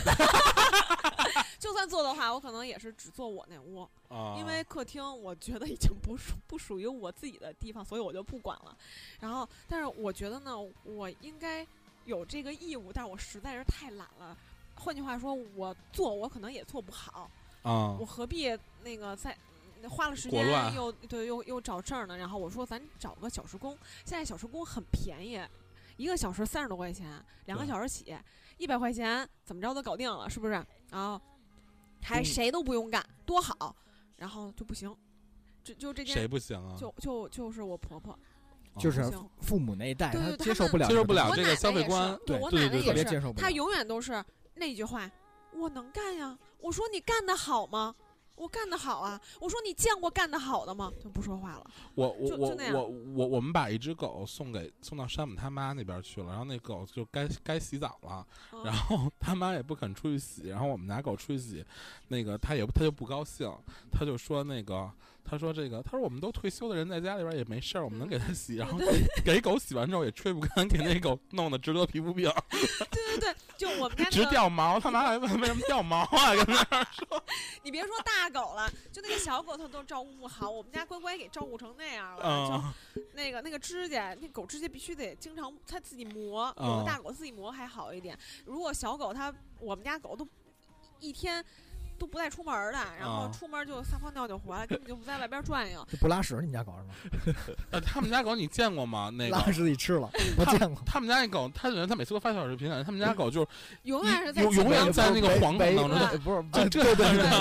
就算做的话，我可能也是只做我那屋，因为客厅我觉得已经不属于我自己的地方，所以我就不管了。然后，但是我觉得呢，我应该有这个义务，但是我实在是太懒了。换句话说，我可能也做不好我何必那个在花了时间又找证呢？然后我说咱找个小时工，现在小时工很便宜，1个小时30多块钱，2个小时起，100块钱怎么着都搞定了，是不是？然后还谁都不用干，多好，然后就不行，就这件谁不行啊？ 就是我婆婆， 就是父母那一代， 对， 他接受不了这个消费观， 对，我奶奶也是，她永远都是那句话，我能干呀。我说你干得好吗？我干得好啊！我说你见过干得好的吗？就不说话了。 我们把一只狗送到山姆他妈那边去了，然后那狗就该洗澡了，然后他妈也不肯出去洗，然后我们拿狗出去洗，那个他就不高兴，他就说他说我们都退休的人在家里边也没事儿，我们能给他洗，然后给狗洗完之后也吹不干，给那狗弄得直得皮肤病。 对，就我们家直掉毛，他妈还问为什么掉毛啊？跟那儿说， 你别说大狗了，就那个小狗它都照顾不好，我们家乖乖给照顾成那样了。就那个指甲，那狗指甲必须得经常它自己磨，有的大狗自己磨还好一点。如果小狗我们家狗都一天都不带出门的，然后出门就撒泡尿就回来，根本就不在外边转悠。 不拉屎，你们家狗是吗？ 他们家狗你见过吗？那个拉屎自己吃了，我见过。 他们家那狗，他每次都发小视频，他们家狗就是永远是在永远在那个黄桶当中， 不是对，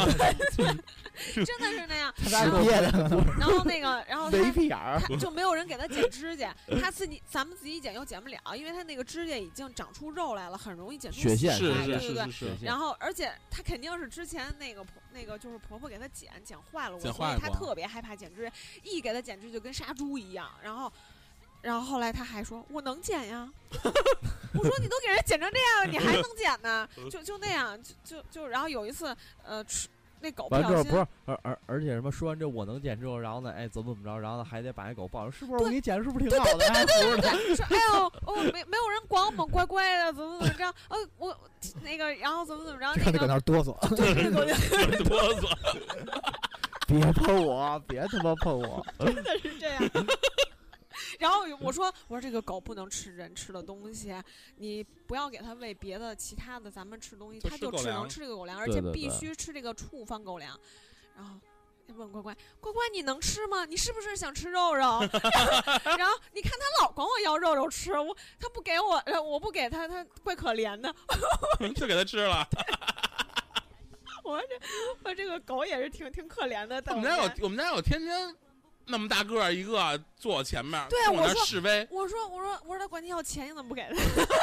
真的是那样。然后那个，然后没屁眼儿， 就没有人给他剪指甲，咱们自己剪又剪不了，因为他那个指甲已经长出肉来了，很容易剪出血线。 对。然后，而且他肯定是之前那个就是婆婆给他剪坏了，所以他特别害怕剪指甲，一给他剪指就跟杀猪一样。然后后来他还说：“我能剪呀。”我说：“你都给人剪成这样，你还能剪呢？”就那样，就然后有一次，那狗不小心， 不是，而且什么说完这我能剪之后，然后呢，怎么着，然后呢还得把那狗抱着，是不是我给你剪的是不是挺好的？ 对，说哎呦，没有人管我们乖乖的，怎么着？我那个，然后怎么着？ 看他搁那儿哆嗦， 对， 哆嗦， 别碰我，别他妈碰我， 真的是这样。然后我说这个狗不能吃人吃的东西，你不要给它喂别的其他的咱们吃东西，它就只能吃这个狗粮，而且必须吃这个处方狗粮。然后问乖乖，你能吃吗？你是不是想吃肉肉？然后你看他老管我要肉肉吃，他不给我不给他怪可怜的， 就给他吃了。 我这个狗也是挺可怜的。 我们家有天天那么大个一个坐我前面， 对我那示威。 我说他管你要钱，你怎么不给他？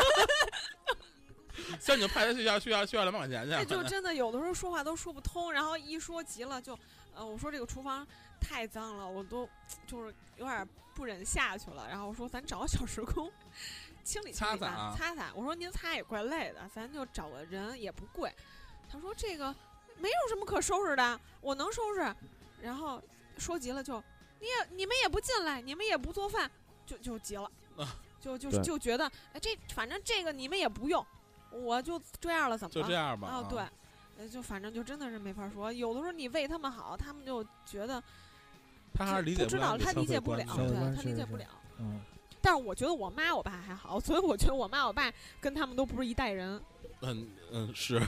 像你就派他需要200块钱去。 就真的有的时候说话都说不通，然后一说急了就，我说这个厨房太脏了，我都就是有点不忍下去了。然后我说咱找个小时工清理擦。 我说您擦也怪累的，咱就找个人也不贵。他说这个没有什么可收拾的，我能收拾。然后说急了就。你们也不进来，你们也不做饭，就急了，就觉得反正这个你们也不用，我就这样了，怎么了？ 就这样吧。 对，就反正就真的是没法说。有的时候你为他们好，他们就觉得他还是理解不了， 他理解不了，对，他理解不了。但是我觉得我妈我爸还好，所以我觉得我妈我爸跟他们都不是一代人。 是。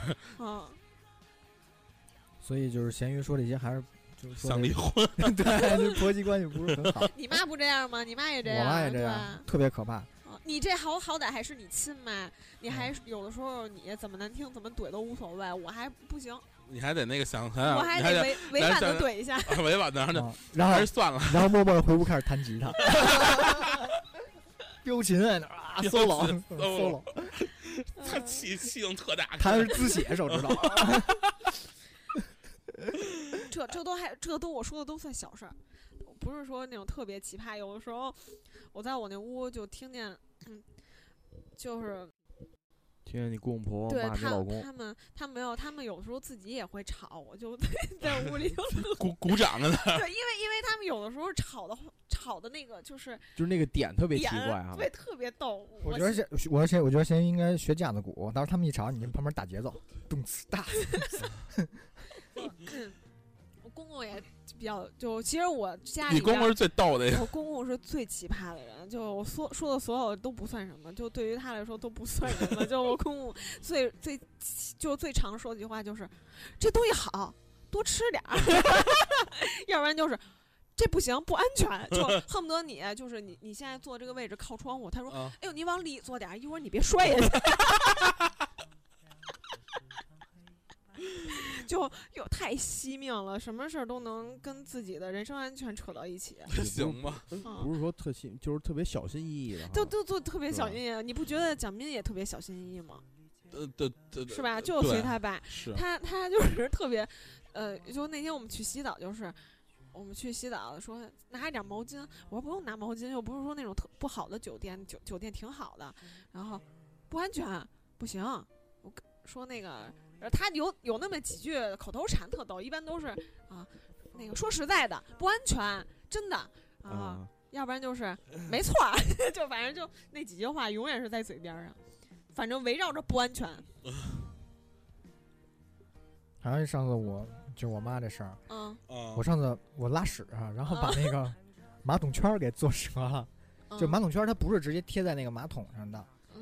所以就是咸鱼说这些还是。 想离婚， 对，就婆媳关系不是很好。 你妈不这样吗？你妈也这样， 我妈也这样，特别可怕。 你这好歹还是你亲妈，你还有的时候你怎么难听怎么怼都无所谓，我还不行。 你还得那个想， 我还得委婉的怼一下， 委婉的， 然后还是算了， 然后默默的回屋开始弹吉他，标琴在那儿啊 ，solo， 他气性特大， 他是自写手指头。 这都我说的都算小事儿，不是说那种特别奇葩。有的时候我在我那屋就听见，就是听见你公公婆婆骂你老公， 他没有，他们有时候自己也会吵，我就在屋里就鼓掌了。 对，因为他们有的时候吵的那个就是那个点特别奇怪啊， 对，特别逗。 我觉得现在应该学架子鼓，到时候他们一吵，你旁边打节奏，动次大。 我公公也比较，其实我家里你公公是最逗的， 我公公是最奇葩的人，就我说的所有都不算什么，就对于他来说都不算什么。就我公公最常说的一句话就是，这东西好，多吃点儿，要不然就是这不行，不安全，就恨不得你就是你现在坐这个位置靠窗户，他说，哎呦你往里坐点，一会儿你别摔下去。就太惜命了，什么事儿都能跟自己的人身安全扯到一起。 行吗？ 不是说就是特别小心翼翼的， 就特别小心翼翼。你不觉得蒋斌也特别小心翼翼吗？ 对， 是吧？就随他爸，他就是特别，就那天我们去洗澡，就是我们去洗澡说拿一点毛巾，我说不用拿毛巾，又不是说那种特不好的酒店，酒店挺好的，然后不安全，不行，我说那个。他有那么几句口头禅特逗，一般都是那个说实在的不安全，真的要不然就是没错，就反正就那几句话永远是在嘴边上，反正围绕着不安全。 还有上次我妈这事儿，我上次我拉屎然后把那个马桶圈给做折了，就马桶圈它不是直接贴在那个马桶上的，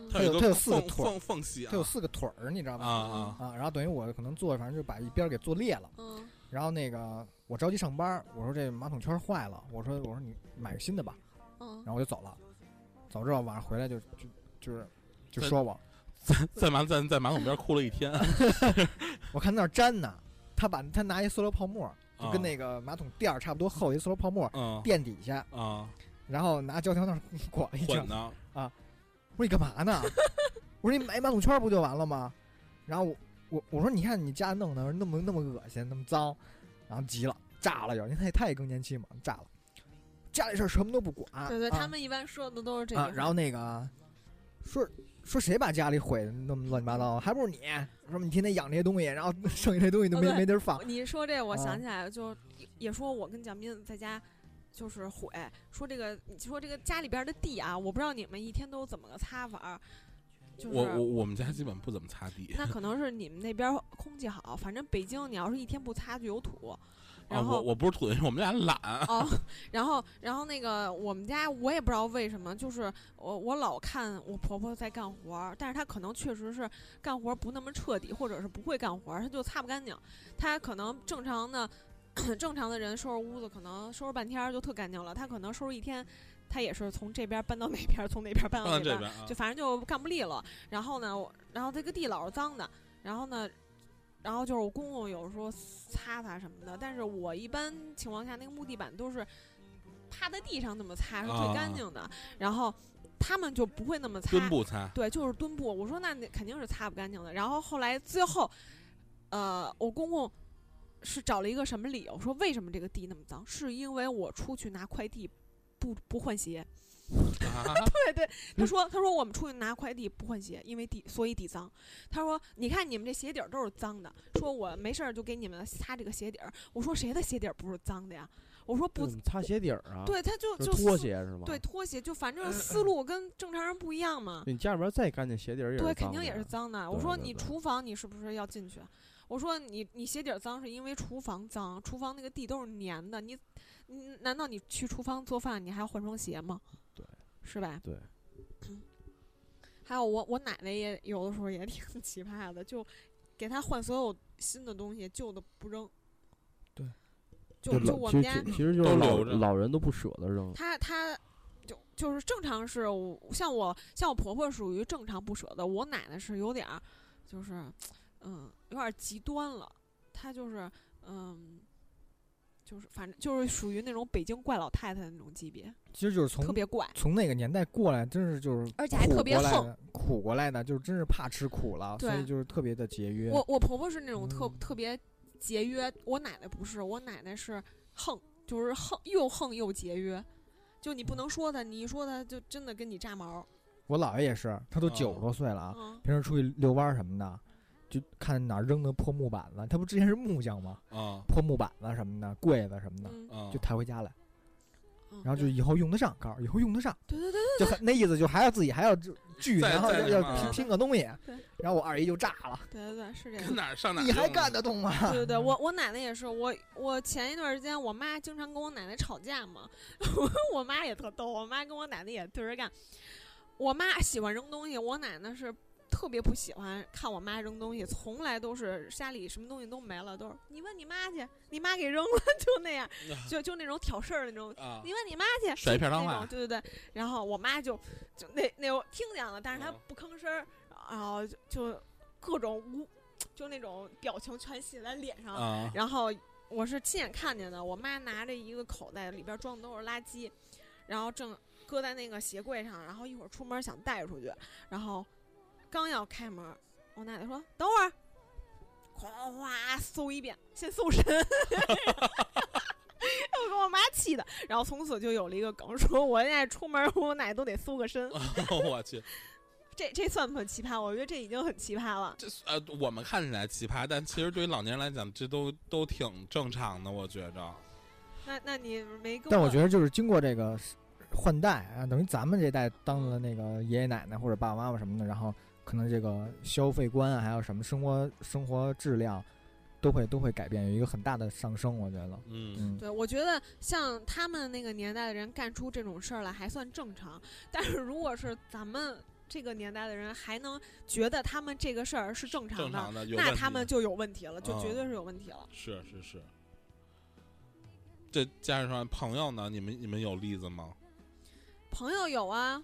它有4个腿缝隙， 它有4个腿儿，你知道吧？ 啊， 然后等于我可能做，反正就把一边给做裂了。然后那个我着急上班，我说这马桶圈坏了，我说你买个新的吧。然后我就走了，走之后晚上回来就说我在马桶边哭了一天。 我看那儿粘呢，他拿一塑料泡沫，就跟那个马桶垫差不多厚一塑料泡沫垫底下然后拿胶条那儿裹了一圈呢我说你干嘛呢？我说你买马桶圈不就完了吗？然后我说你看你家弄的那么恶心那么脏，然后急了炸了有，因为他也更年期嘛，炸了，家里事儿什么都不管。 对，他们一般说的都是这个。 然后那个说谁把家里毁的那么乱七八糟，还不是你？说你天天养这些东西，然后剩下这东西都没地儿放。 你说这我想起来，就也说我跟蒋斌在家就是毁，说这个家里边的地啊，我不知道你们一天都怎么个擦法。就是我们家基本不怎么擦地。 那可能是你们那边空气好，反正北京你要是一天不擦就有土。然后我不是土的，我们俩懒。 然后那个我们家我也不知道为什么，就是我老看我婆婆在干活，但是她可能确实是干活不那么彻底，或者是不会干活，她就擦不干净。她可能正常的人收拾屋子可能收拾半天就特干净了，她可能收拾一天。他也是从这边搬到那边，从那边搬到那边，就反正就干不利了。然后这个地老是脏的，然后就是我公公有时候擦什么的，但是我一般情况下那个木地板都是趴在地上那么擦是最干净的。然后他们就不会那么擦， 墩布擦， 对，就是墩布。我说那肯定是擦不干净的。然后后来最后，我公公是找了一个什么理由，说为什么这个地那么脏，是因为我出去拿快递。不换鞋，对，他说我们出去拿快递不换鞋，因为所以地脏。他说你看你们这鞋底儿都是脏的，说我没事儿就给你们擦这个鞋底儿。我说谁的鞋底儿不是脏的呀？我说不擦鞋底儿啊？ 对，他就拖鞋是吗？ 对，拖鞋就反正思路跟正常人不一样嘛。 你家里边再干净，鞋底儿也是脏的。 对，肯定也是脏的。我说你厨房你是不是要进去？我说你鞋底儿脏是因为厨房脏，厨房那个地都是粘的，你难道你去厨房做饭你还要换双鞋吗？ 对， 是吧？ 对。 还有我奶奶也有的时候也挺奇葩的，就给她换所有新的东西，旧的不扔。 对。 就我们家其实就是老人都不舍得扔。 他就是正常是像我婆婆属于正常不舍得，我奶奶是有点就是有点极端了。她就是就是反正就是属于那种北京怪老太太的那种级别， 其实就是特别怪， 从那个年代过来，真是就是而且还特别横， 苦过来的，就是真是怕吃苦了，所以就是特别的节约。 我婆婆是那种特别节约，我奶奶不是，我奶奶是横，就是又横又节约，就你不能说她，你一说她就真的跟你炸毛。 我姥爷也是，他都90多岁了啊，平时出去遛弯什么的。就看哪儿扔的破木板子，他不之前是木匠吗？破木板子什么的，柜子什么的，就抬回家来，然后就以后用得上，告诉以后用得上。 对， 就那意思，就还要自己还要锯，然后要拼个东西。然后我二姨就炸了。 对，是这样。 跟哪儿上哪儿？ 你还干得动吗？ 对，我奶奶也是，我前一段时间我妈经常跟我奶奶吵架嘛，我妈也特逗，我妈跟我奶奶也对着干。我妈喜欢扔东西，我奶奶是。特别不喜欢看我妈扔东西，从来都是家里什么东西都没了，都是你问你妈去，你妈给扔了，就那样，就那种挑事儿那种，你问你妈去， 甩一片当饭， 对。然后我妈就那听见了，但是她不吭声，然后就各种就那种表情全写在脸上。然后我是亲眼看见的，我妈拿着一个口袋，里边装的都是垃圾，然后正搁在那个鞋柜上，然后一会儿出门想带出去，然后。刚要开门，我奶奶说：“等会儿，哗哗搜一遍，先搜身。”我给我妈气的，然后从此就有了一个梗，说我现在出门，我奶都得搜个身。 我去， 这算不算奇葩？我觉得这已经很奇葩了。 我们看起来奇葩，但其实对于老年人来讲，这都挺正常的，我觉着。 那你没跟？ 但我觉得就是经过这个换代啊，等于咱们这代当了那个爷爷奶奶或者爸爸妈妈什么的，然后。可能这个消费观啊，还有什么生活质量，都会改变，有一个很大的上升。我觉得， 对，我觉得像他们那个年代的人干出这种事儿来还算正常，但是如果是咱们这个年代的人还能觉得他们这个事儿是正常的， 那他们就有问题了，就绝对是有问题了。 是。这加上朋友呢，你们有例子吗？ 朋友有啊。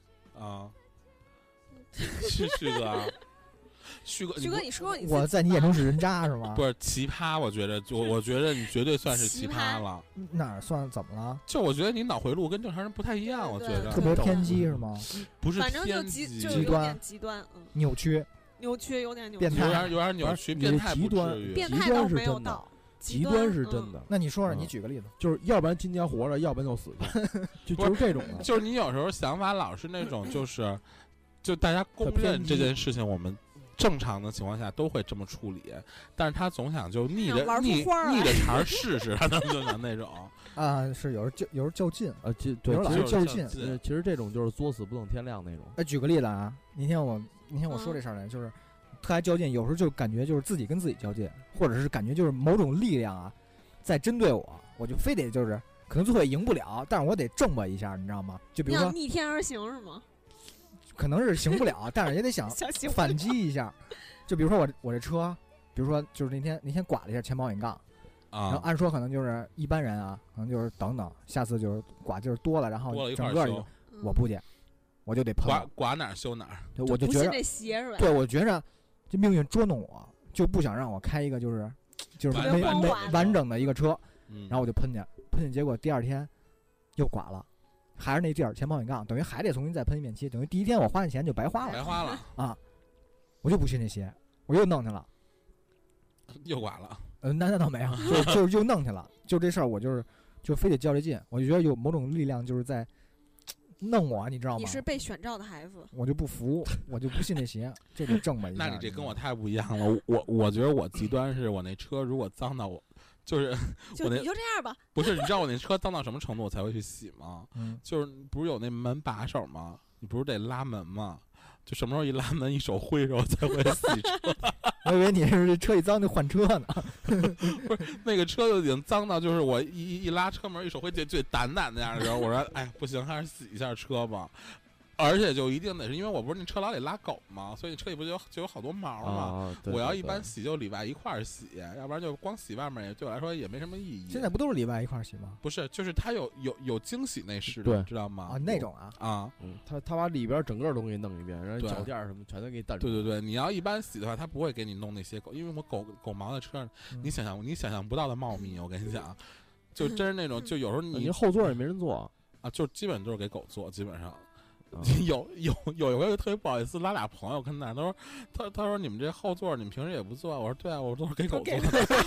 是旭哥啊。旭哥， 你说你我在你眼中是人渣是吗？ 不是奇葩，我觉得你绝对算是奇葩了。 哪算怎么了？ 就我觉得你脑回路跟正常人不太一样，我觉得特别偏激是吗？ 不是， 反正就极端， 扭曲， 有点扭曲， 变态， 有点扭曲，变态极端， 变态倒没有到。 极端是真的。 那你说说，你举个例子， 就是要不然今天活着，要不然就死去，就是这种的。 就是你有时候想法老是那种，就大家公认这件事情，我们正常的情况下都会这么处理，但是他总想就逆着茬试试，他就想那种啊，是有时候较劲对，其实较劲，其实这种就是作死不等天亮那种。 举个例子啊，那天我说这事儿来，就是特爱较劲，有时候就感觉就是自己跟自己较劲，或者是感觉就是某种力量啊在针对我就非得就是可能最后也赢不了，但是我得挣吧一下，你知道吗？就比如说逆天而行是吗？ 可能是行不了，但是也得想反击一下。就比如说我这车，比如说就是那天剐了一下前保险杠，然后按说可能就是一般人啊，可能就是等下次就是剐劲儿多了，然后整个我不去，我就得喷。 剐哪儿修哪儿， 我就觉得对，我觉着这命运捉弄我，就不想让我开一个就是没完整的一个车，然后我就喷去，结果第二天又剐了。还是那地儿前保险杠，等于还得重新再喷一遍漆，等于第一天我花的钱就白花了啊！我就不信这邪，我又弄去了， 又剐了。 那倒没有，就又弄去了。就这事儿，我就非得较这劲，我就觉得有某种力量就是在弄我，你知道吗？ 你是被选召的孩子， 我就不服，我就不信这邪，这得正吧一下。 那你这跟我太不一样了，我觉得我极端是我那车如果脏到我。就是我那你就这样吧。 不是，你知道我那车脏到什么程度我才会去洗吗？就是不是有那门把手吗？你不是得拉门吗？就什么时候一拉门一手挥时候才会洗车。 我以为你是这车一脏就换车呢。 不是，那个车就已经脏到就是我一拉车门一手挥就掸那样的时候，我说哎不行，还是洗一下车吧。而且就一定得是因为我不是那车老得拉狗嘛，所以车里不就有好多毛嘛。我要一般洗就里外一块儿洗，要不然就光洗外面也对我来说也没什么意义。 现在不都是里外一块儿洗吗？ 不是，就是它有精洗那式的， 知道吗？ 啊，那种他把里边整个东西弄一遍，然后脚垫什么全都给你掸。 对，你要一般洗的话，他不会给你弄那些狗，因为我狗毛的车上，你想象不到的茂密。我跟你讲，就真是那种，就有时候你后座也没人坐啊，就基本都是给狗坐，基本上。有一回特别不好意思，拉俩朋友跟那儿，他说你们这后座你们平时也不坐，我说对啊，我都是给狗坐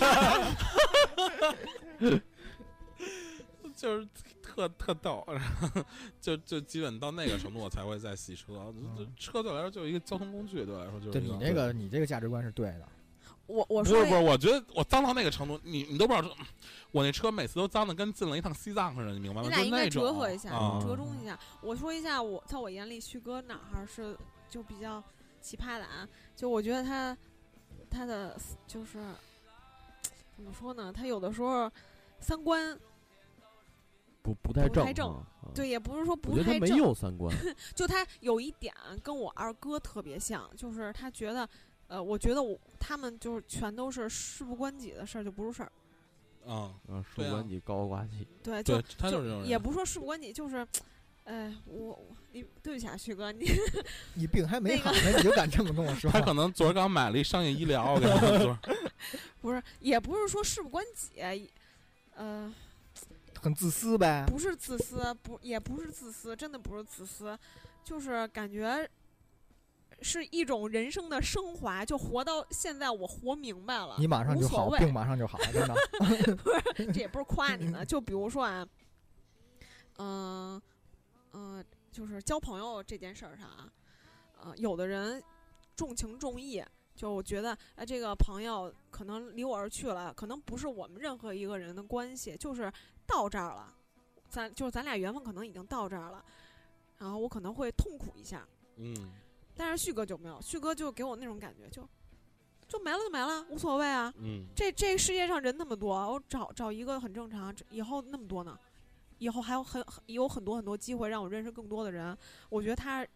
的。就是特逗，然后就基本到那个程度我才会再洗车。车对我来说就是一个交通工具，对我来说就是。 对你这个价值观是对的。 我不是，我觉得我脏到那个程度，你都不知道，我那车每次都脏的跟进了一趟西藏似的，你明白吗？ 你俩应该折合一下， 折中一下。我说一下，在我眼里，旭哥哪儿是就比较奇葩的啊？就我觉得他的就是怎么说呢？他有的时候三观不太正， 对，也不是说不太正，我觉得他没有三观。 就他有一点跟我二哥特别像，就是他觉得。我觉得他们就是全都是事不关己的事儿，就不是事儿。 事不关己，高高挂起。 对， 他就是这种人。 也不说事不关己，就是，你对不起啊，旭哥， 你病还没好呢，你就敢这么跟我说？ 他可能昨儿刚买了一商业医疗，我跟你说。 不是，也不是说事不关己， 很自私呗。 不是自私，也不是自私，真的不是自私，就是感觉。是一种人生的升华，就活到现在，我活明白了。 你马上就好，病马上就好，真的。 不是，这也不是夸你呢。就比如说啊，就是交朋友这件事儿上啊，有的人重情重义，就我觉得，这个朋友可能离我而去了，可能不是我们任何一个人的关系，就是到这儿了，咱俩缘分可能已经到这儿了，然后我可能会痛苦一下，但是旭哥就没有，旭哥就给我那种感觉，就没了就没了，无所谓啊。这世界上人那么多，我找一个很正常。以后那么多呢，以后还有有很多机会让我认识更多的人。我觉得他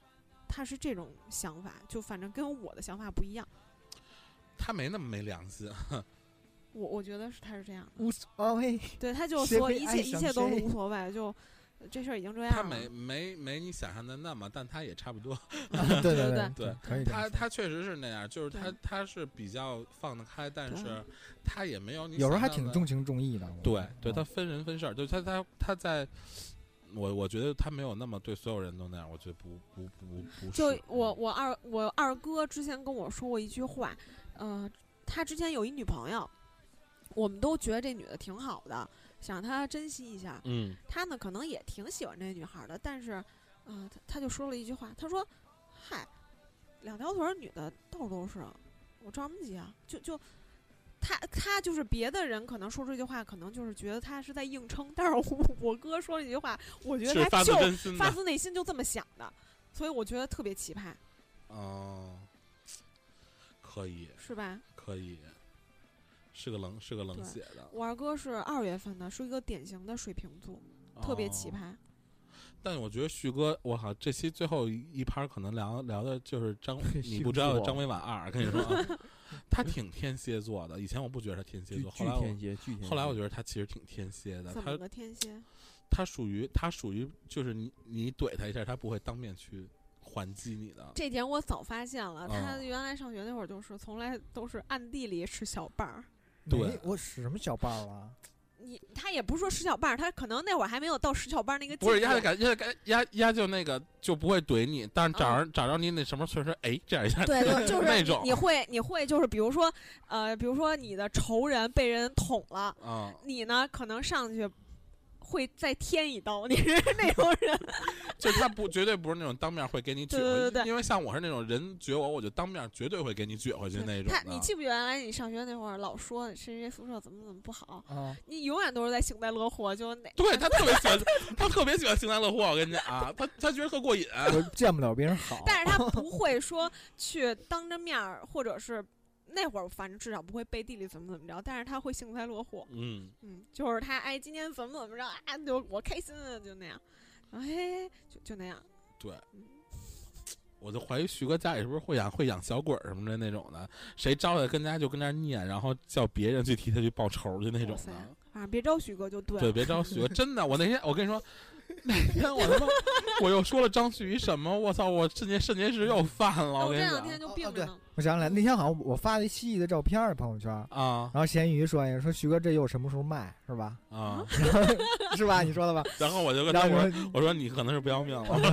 他是这种想法，就反正跟我的想法不一样。 他没那么没良心。 我觉得他是这样的， 无所谓。 对，他就说一切都是无所谓，就这事儿已经这样了。 他没你想象的那么，但他也差不多。 对对对， 可以。 他确实是那样，就是他是比较放得开，但是他也没有你有时候还挺重情重义的。 对，他分人分事儿，就他在。我觉得他没有那么对所有人都那样，我觉得不是。 就我二哥之前跟我说过一句话，他之前有一女朋友，我们都觉得这女的挺好的，想让她珍惜一下。他呢可能也挺喜欢这女孩的，但是，他就说了一句话，他说：“嗨，2条腿女的到处都是，我着什么急啊？”就。他就是别的人可能说这句话，可能就是觉得他是在硬撑，但是我哥说这句话，我觉得他就发自内心就这么想的，所以我觉得特别奇葩。 哦，可以是吧？ 可以，是个冷血的。 我二哥是2月份的，是一个典型的水瓶座，特别奇葩。 但我觉得旭哥，我靠，这期最后一趴可能聊的就是你不知道的张伟婉2，跟你说啊。他挺天蝎座的，以前我不觉得他天蝎座，后来我觉得他其实挺天蝎的。 怎么个天蝎？ 他属于就是你怼他一下，他不会当面去还击你的。 这点我早发现了，他原来上学那会儿就是从来都是暗地里使小绊儿。 对， 我使什么小绊儿了？ 他也不是说使小绊儿，他可能那会儿还没有到使小绊儿那个境界。 不是压就那个就不会怼你，但是找着你那什么确实这样一下， 对，就是那种你会就是比如说你的仇人被人捅了，你呢可能上去会再添一刀，你是那种人。 就他绝对不是那种当面会给你撅回去， 对， 因为像我是那种人撅我就当面绝对会给你撅回去那种。 你记不记得原来你上学那会儿老说谁宿舍怎么不好，你永远都是在幸灾乐祸，就对他特别喜欢幸灾乐祸。我跟你讲啊，他觉得特过瘾， 我见不了别人好， 但是他不会说去当着面或者是。那会儿反正至少不会背地里怎么着，但是他会幸灾乐祸。就是他今天怎么着啊，就我开心了，就那样，就那样。 对，我就怀疑旭哥家里是不是会养小鬼什么的那种的，谁招他跟家就跟那念，然后叫别人去替他去报仇就那种的。 反正别招旭哥就对了。 对，别招旭哥，真的，我那天我跟你说。那天我他妈我又说了张旭什么？我操！我肾结石又犯了。 我这2天就病着呢。 我想起来，那天好像我发了一蜥蜴的照片朋友圈啊， 然后咸鱼说旭哥这又什么时候卖是吧？ 啊， 是吧？你说的吧？ 然后我就跟他我说你可能是不要命了。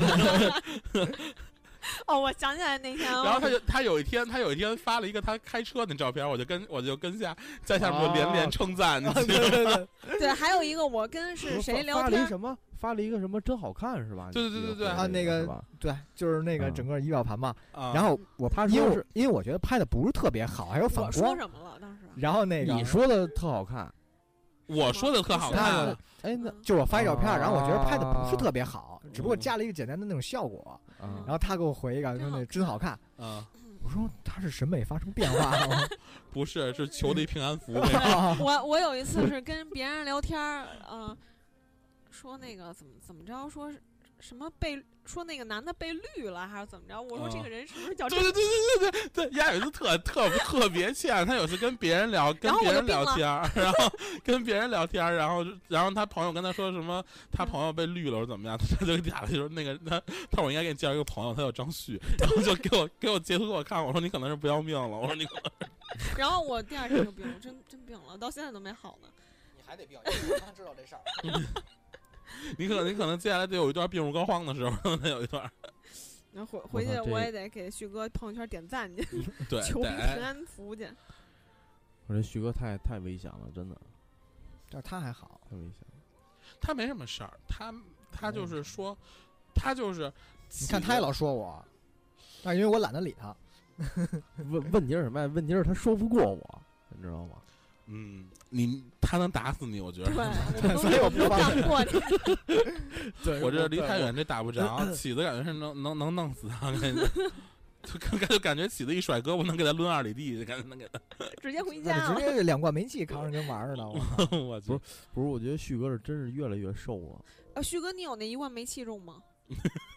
我想起来那天。 然后他有一天发了一个他开车的照片，我就跟在下面就连称赞。 对，还有一个我跟是谁聊天？ 发了一个什么真好看是吧？ 对啊，那个对，就是那个整个仪表盘嘛。然后我他因为我觉得拍的不是特别好，还有反光。 我说什么了当时？ 然后那个你说的特好看， 我说的特好看。 那就是我发一照片，然后我觉得拍的不是特别好，只不过加了一个简单的那种效果。然后他给我回一个说那真好看。我说他是审美发生变化了吗？ 不是，是求的一平安符。 我有一次是跟别人聊天，说那个怎么着，说什么说那个男的被绿了还是怎么着？我说这个人是不是叫对，丫有一次特别欠，他有次跟别人聊天，然后跟别人聊天，然后他朋友跟他说什么，他朋友被绿了或者怎么样，他就打了就说那个他我应该给你介绍一个朋友，他叫张旭，然后就给我截图给我看，我说你可能是不要命了，我说你可能是。 然后我第2天就病了，真病了，到现在都没好呢。 你还得病，你刚知道这事儿。 你可能接下来得有一段病入膏肓的时候，得有一段。 那回去我也得给旭哥朋友圈点赞去， 对， 求平安符去。 我这旭哥太危险了，真的。 但是他还好， 太危险了。 他没什么事儿，他就是说，他就是你看他也老说我，但是因为我懒得理他。 问题是什么呀？问题是他说不过我，你知道吗？ 他能打死你，我觉得。 对，所以我不放过你。 对， 我这离太远，这打不着。起子感觉是能弄死他，就感觉起子一甩胳膊能给他抡2里地，感觉能给他直接回家， 直接2罐煤气扛着跟玩似的。 我不是，我觉得旭哥是真是越来越瘦了。 旭哥，你有那1罐煤气重吗？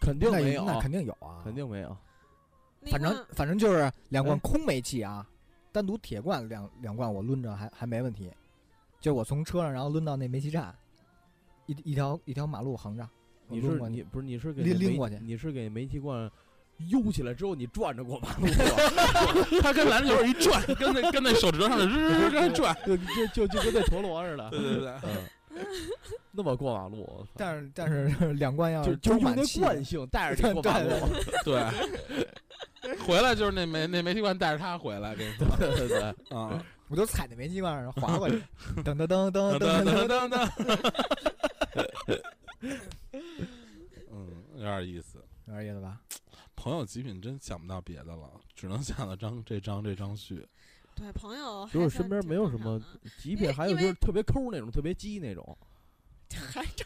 肯定没有， 那肯定有啊， 肯定没有。 反正就是2罐空煤气啊，单独铁罐两罐我抡着还没问题，就我从车上然后抡到那煤气站，一条马路横着。 你是给拎过去， 你是给煤气罐悠起来之后，你转着过马路， 他跟篮球一转，跟那手指头上的日跟转， 就跟那陀螺似的。 对， 那么过马路， 但是2罐要就用那惯性带着你过马路， 对，回来就是那煤气罐带着他回来，跟你说， 对啊， 我就踩那煤气罐上滑过去，噔噔噔噔噔噔噔， 有点意思， 有点意思吧？ 朋友极品真想不到别的了，只能想到这张旭。 对，朋友就是身边没有什么极品，还有就是特别抠那种，特别鸡那种。 还真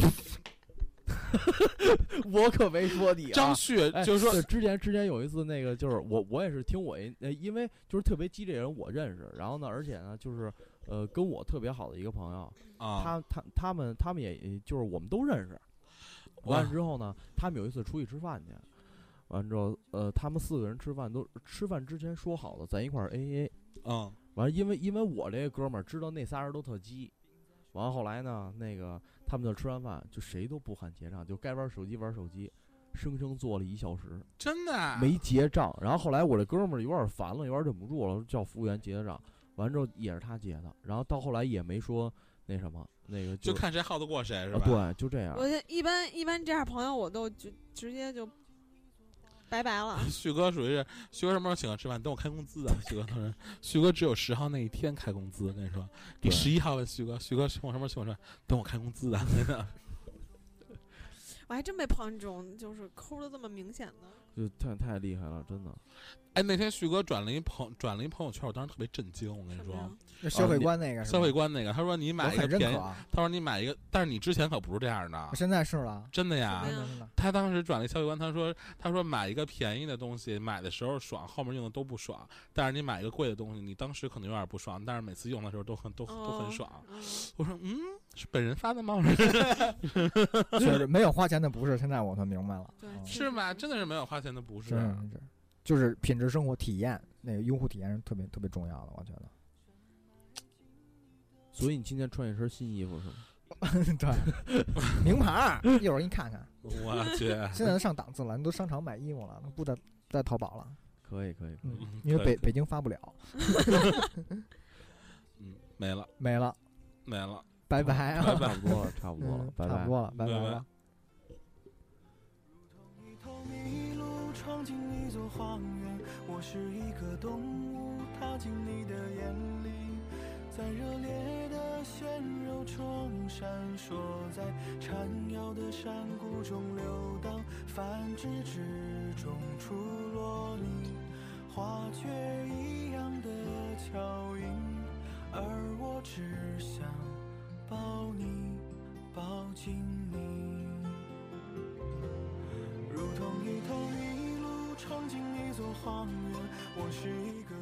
我可没说你啊。 张旭就是说， 之前有一次那个就是我也是听因为就是特别鸡这人我认识，然后呢，而且呢就是跟我特别好的一个朋友啊，他们也就是我们都认识。完了之后呢，他们有一次出去吃饭去，完之后他们4个人吃饭都吃饭之前说好的咱一块儿 AA。完了因为我这个哥们儿知道那仨人都特鸡，完了后来呢那个他们就吃完饭就谁都不喊结账，就该玩手机玩手机，生生坐了1小时， 真的没结账。然后后来我这哥们儿有点烦了，有点忍不住了，叫服务员结账。完之后也是他结的，然后到后来也没说那什么，那个就看谁耗得过谁是吧？ 对，就这样。 我一般这样朋友我都就直接就拜拜了。 旭哥属于是旭哥什么时候请我吃饭？等我开工资啊！旭哥他说，旭哥只有10号那一天开工资。跟你说，你11号问旭哥请我什么时候请我吃饭？等我开工资啊！真的。 我还真没碰见这种就是抠的这么明显的。 就太厉害了，真的。 哎，那天旭哥转了一朋友圈，我当时特别震惊。我跟你说， 消费观那个， 消费观那个，他说你买一个便宜，他说你买一个，但是你之前可不是这样的， 现在是了， 真的呀。他当时转了一消费观，他说买一个便宜的东西，买的时候爽，后面用的都不爽。但是你买一个贵的东西，你当时可能有点不爽，但是每次用的时候都很爽。我说是本人发的吗？ 确实没有花钱的不是，现在我才明白了， 是吧？真的是没有花钱的不是。 就是品质生活体验，那个用户体验是特别特别重要的，我觉得。 所以你今天穿一身新衣服是吗？ 对，名牌，一会儿给你看看。 我去， 现在上档次了，你都商场买衣服了，不在淘宝了。 可以， 因为北京发不了。 没了， 拜拜啊！ 差不多了，拜拜， 差不多了，拜拜了。 闯进一座荒原，我是一个动物，踏进你的眼里，在热烈的鲜肉中闪烁，在缠绕的山谷中流荡，繁殖之中出落你花雀一样的脚印，而我只想抱你，抱紧你，如同一头麋鹿闯进一座荒原，我是一个